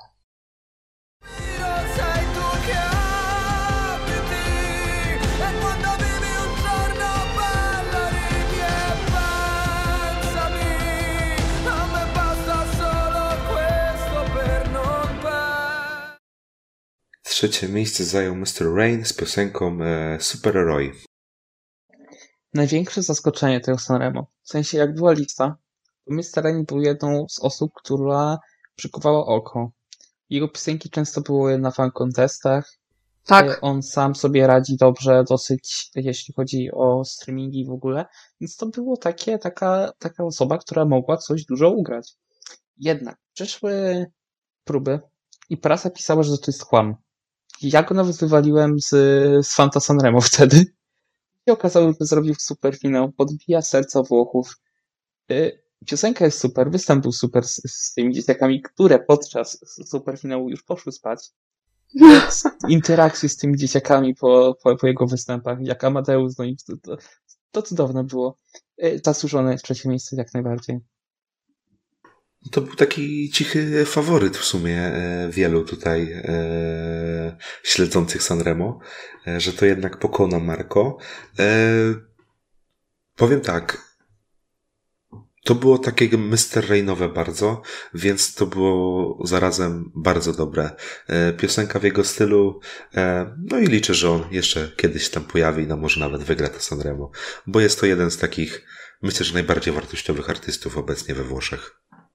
Trzecie miejsce zajął Mr. Rain z piosenką Super Roy. Największe zaskoczenie tego Sanremo, w sensie jak była lista, to Mr. Rain był jedną z osób, która przykuwała oko. Jego piosenki często były na fan contestach. Tak. On sam sobie radzi dobrze dosyć, jeśli chodzi o streamingi w ogóle. Więc to było taka osoba, która mogła coś dużo ugrać. Jednak przyszły próby i prasa pisała, że to jest kłam. Ja go nawet wywaliłem z Fanta Sanremo wtedy. I okazało się, że zrobił superfinał, podbija serca Włochów. Piosenka jest super, występ był super z tymi dzieciakami, które podczas superfinału już poszły spać. Interakcje z tymi dzieciakami po jego występach, jak Amadeus, no i to cudowne było. Zasłużone trzecie miejsce jak najbardziej. To był taki cichy faworyt w sumie wielu tutaj śledzących Sanremo, że to jednak pokona Marco. Powiem tak, to było takie Mr. Rainowe bardzo, więc to było zarazem bardzo dobre. Piosenka w jego stylu, no i liczę, że on jeszcze kiedyś tam pojawi, no może nawet wygra to Sanremo, bo jest to jeden z takich, myślę, że najbardziej wartościowych artystów obecnie we Włoszech.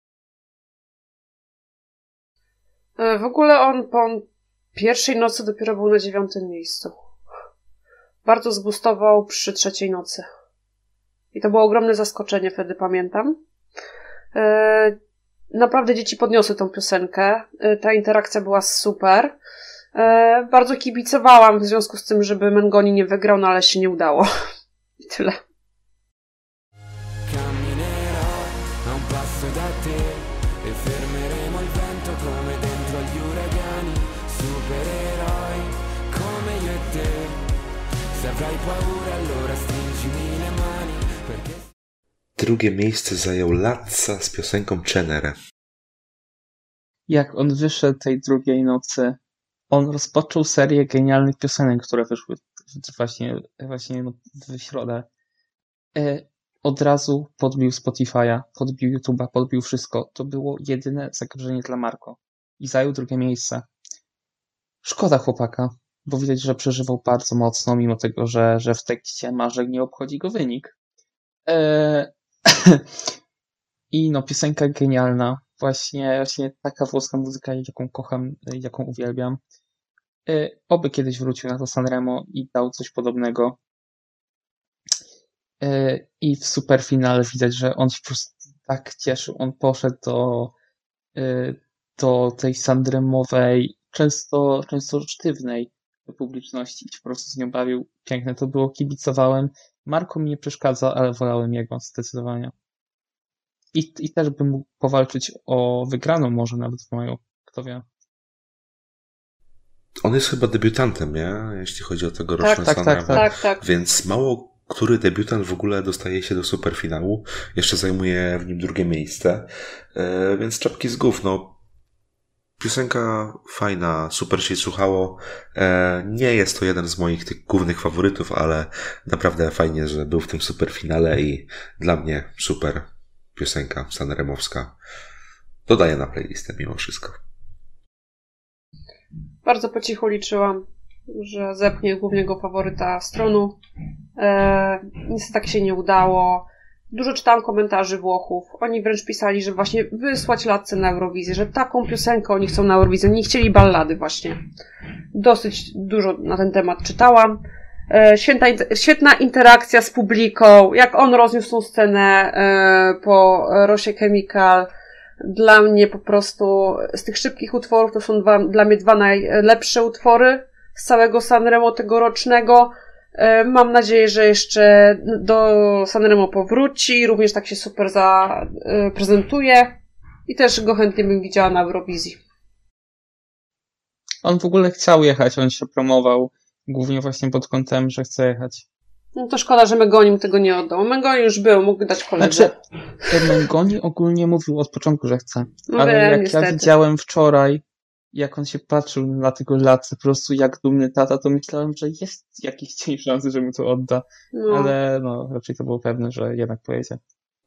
W ogóle on po pierwszej nocy dopiero był na 9. miejscu. Bardzo zgustował przy 3. nocy. I to było ogromne zaskoczenie wtedy, pamiętam. Naprawdę dzieci podniosły tą piosenkę. Ta interakcja była super. Bardzo kibicowałam w związku z tym, żeby Mengoni nie wygrał, no ale się nie udało. I tyle. Drugie miejsce zajął Lazza z piosenką Cenere. Jak on wyszedł tej drugiej nocy, on rozpoczął serię genialnych piosenek, które wyszły właśnie w środę. Od razu podbił Spotify'a, podbił YouTube'a, podbił wszystko. To było jedyne zagrożenie dla Marco. I zajął drugie miejsce. Szkoda chłopaka, bo widać, że przeżywał bardzo mocno, mimo tego, że w tekście ma, że nie obchodzi go wynik. I no, piosenka genialna. Właśnie taka włoska muzyka, jaką kocham, jaką uwielbiam. Oby kiedyś wrócił na to Sanremo i dał coś podobnego. I w superfinale widać, że on się po prostu tak cieszył. On poszedł do tej sanremowej, często sztywnej publiczności i się po prostu z nią bawił. Piękne to było, kibicowałem. Marco mi nie przeszkadza, ale wolałem jego zdecydowanie. I też bym mógł powalczyć o wygraną może nawet w maju, kto wie. On jest chyba debiutantem, nie? Jeśli chodzi o tegoroczne Sanremo. Tak. Więc mało który debiutant w ogóle dostaje się do superfinału. Jeszcze zajmuje w nim drugie miejsce. Więc czapki z głów, no. Piosenka fajna, super się słuchało. Nie jest to jeden z moich tych głównych faworytów, ale naprawdę fajnie, że był w tym superfinale i dla mnie super piosenka sanremowska. Dodaję na playlistę mimo wszystko. Bardzo po cichu liczyłam, że zepchnie głównego faworyta stronu. Niestety tak się nie udało. Dużo czytałam komentarzy Włochów. Oni wręcz pisali, że właśnie wysłać Latce na Eurowizję, że taką piosenkę oni chcą na Eurowizję. Nie chcieli ballady właśnie. Dosyć dużo na ten temat czytałam. Świetna interakcja z publiką, jak on rozniósł tą scenę po Rosie Chemical. Dla mnie po prostu z tych szybkich utworów to są dla mnie dwa najlepsze utwory z całego Sanremo tegorocznego. Mam nadzieję, że jeszcze do Sanremo powróci, również tak się super zaprezentuje i też go chętnie bym widziała na Eurowizji. On w ogóle chciał jechać, on się promował głównie właśnie pod kątem, że chce jechać. No to szkoda, że Mengoni mu tego nie oddał. Mengoni już był, mógł dać koledze. Znaczy, Mengoni ogólnie mówił od początku, że chce. No ale wiem, jak niestety. ja widziałem wczoraj, jak on się patrzył na tego Latce, po prostu jak dumny tata, to myślałem, że jest jakiś cień szansy, że mu to odda. No. Ale no, raczej to było pewne, że jednak pojedzie.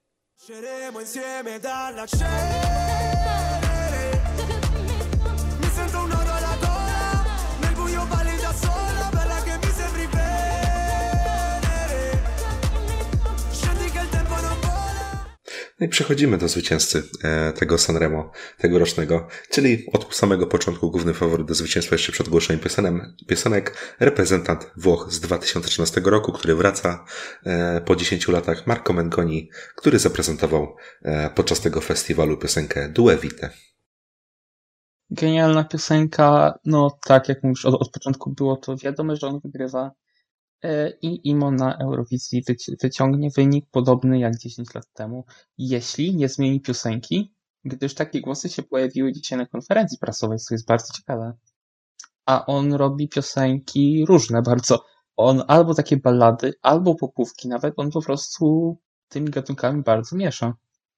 No i przechodzimy do zwycięzcy tego Sanremo tegorocznego, czyli od samego początku główny faworyt do zwycięstwa jeszcze przed ogłoszeniem piosenek, reprezentant Włoch z 2013 roku, który wraca po 10 latach, Marco Mengoni, który zaprezentował podczas tego festiwalu piosenkę Due Vite. Genialna piosenka, no tak jak mówisz, od początku było to wiadomo, że on wygrywa i Imo na Eurowizji wyciągnie wynik podobny jak 10 lat temu, jeśli nie zmieni piosenki, gdyż takie głosy się pojawiły dzisiaj na konferencji prasowej, co jest bardzo ciekawe. A on robi piosenki różne bardzo. On albo takie ballady, albo popówki, nawet on po prostu tymi gatunkami bardzo miesza.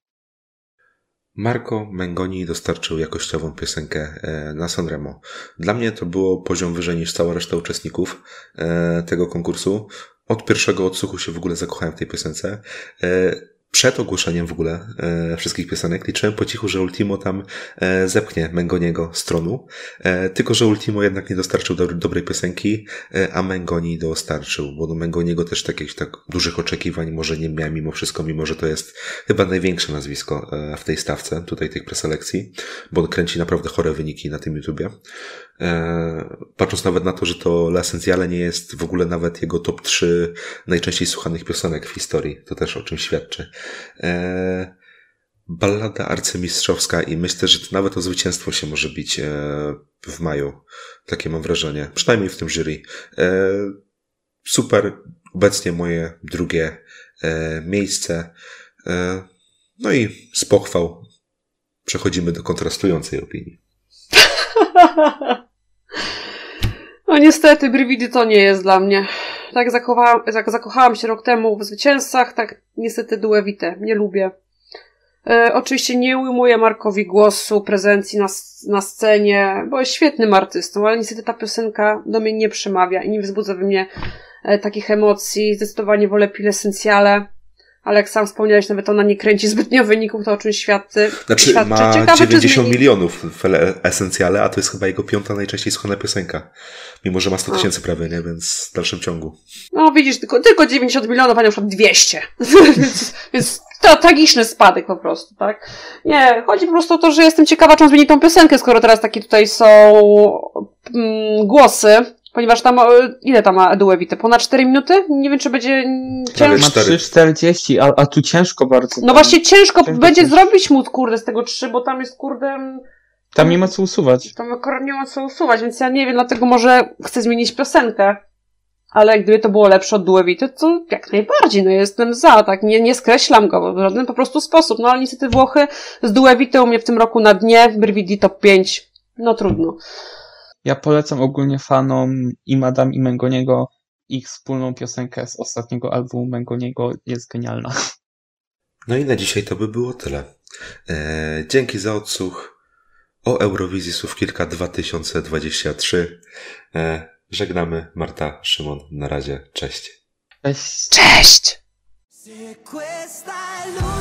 Marco Mengoni dostarczył jakościową piosenkę na Sanremo. Dla mnie to było poziom wyżej niż cała reszta uczestników tego konkursu. Od pierwszego odsłuchu się w ogóle zakochałem w tej piosence. Przed ogłoszeniem w ogóle wszystkich piosenek liczyłem po cichu, że Ultimo tam zepchnie Mengoniego z tronu. Tylko że Ultimo jednak nie dostarczył dobrej piosenki, a Mengoni dostarczył, bo do Mengoniego też takich tak dużych oczekiwań może nie miałem mimo wszystko, mimo że to jest chyba największe nazwisko w tej stawce, tutaj tych preselekcji, bo on kręci naprawdę chore wyniki na tym YouTubie. Patrząc nawet na to, że to L'Essentiale nie jest w ogóle nawet jego top 3 najczęściej słuchanych piosenek w historii, to też o czym świadczy. Ballada arcymistrzowska i myślę, że to nawet o zwycięstwo się może bić w maju. Takie mam wrażenie. Przynajmniej w tym jury. Super. Obecnie moje drugie miejsce. No i z pochwał przechodzimy do kontrastującej opinii. No niestety, Brividi to nie jest dla mnie. Tak jak zakochałam się rok temu w zwycięzcach, tak niestety Due Vite. Nie lubię. Oczywiście nie ujmuję Markowi głosu, prezencji na scenie, bo jest świetnym artystą, ale niestety ta piosenka do mnie nie przemawia i nie wzbudza we mnie takich emocji. Zdecydowanie wolę L'Essentiale. Ale jak sam wspomniałeś, nawet ona nie kręci zbytnio wyników, to o czym świadczy. Znaczy ma ciekawe, 90 milionów w L'Essentiale, a to jest chyba jego 5. najczęściej słuchana piosenka. Mimo, że ma 100 000 prawie, nie? Więc w dalszym ciągu. No widzisz, tylko 90 milionów, a na przykład 200. więc to tragiczny spadek po prostu, tak? Nie, chodzi po prostu o to, że jestem ciekawa, czy on zmieni tą piosenkę, skoro teraz takie tutaj są głosy. Ponieważ tam, ile tam ma Due Vite? Ponad 4 minuty? Nie wiem, czy będzie ciężko. Ma 3,40, a tu ciężko bardzo. No właśnie ciężko będzie zrobić mu, kurde, z tego 3, bo tam jest, kurde... Tam nie ma co usuwać. Tam akurat nie ma co usuwać, więc ja nie wiem, dlatego może chcę zmienić piosenkę. Ale gdyby to było lepsze od Due Vite, to jak najbardziej, no jestem za, tak, nie skreślam go w żaden po prostu sposób. No ale niestety Włochy z Due Vite u mnie w tym roku na dnie, w Brividi top 5. No trudno. Ja polecam ogólnie fanom i Madame i Mengoniego ich wspólną piosenkę z ostatniego albumu Mengoniego, jest genialna. No i na dzisiaj to by było tyle. Dzięki za odsłuch. O Eurowizji słów kilka 2023. Żegnamy. Marta, Szymon. Na razie. Cześć. Cześć. Cześć!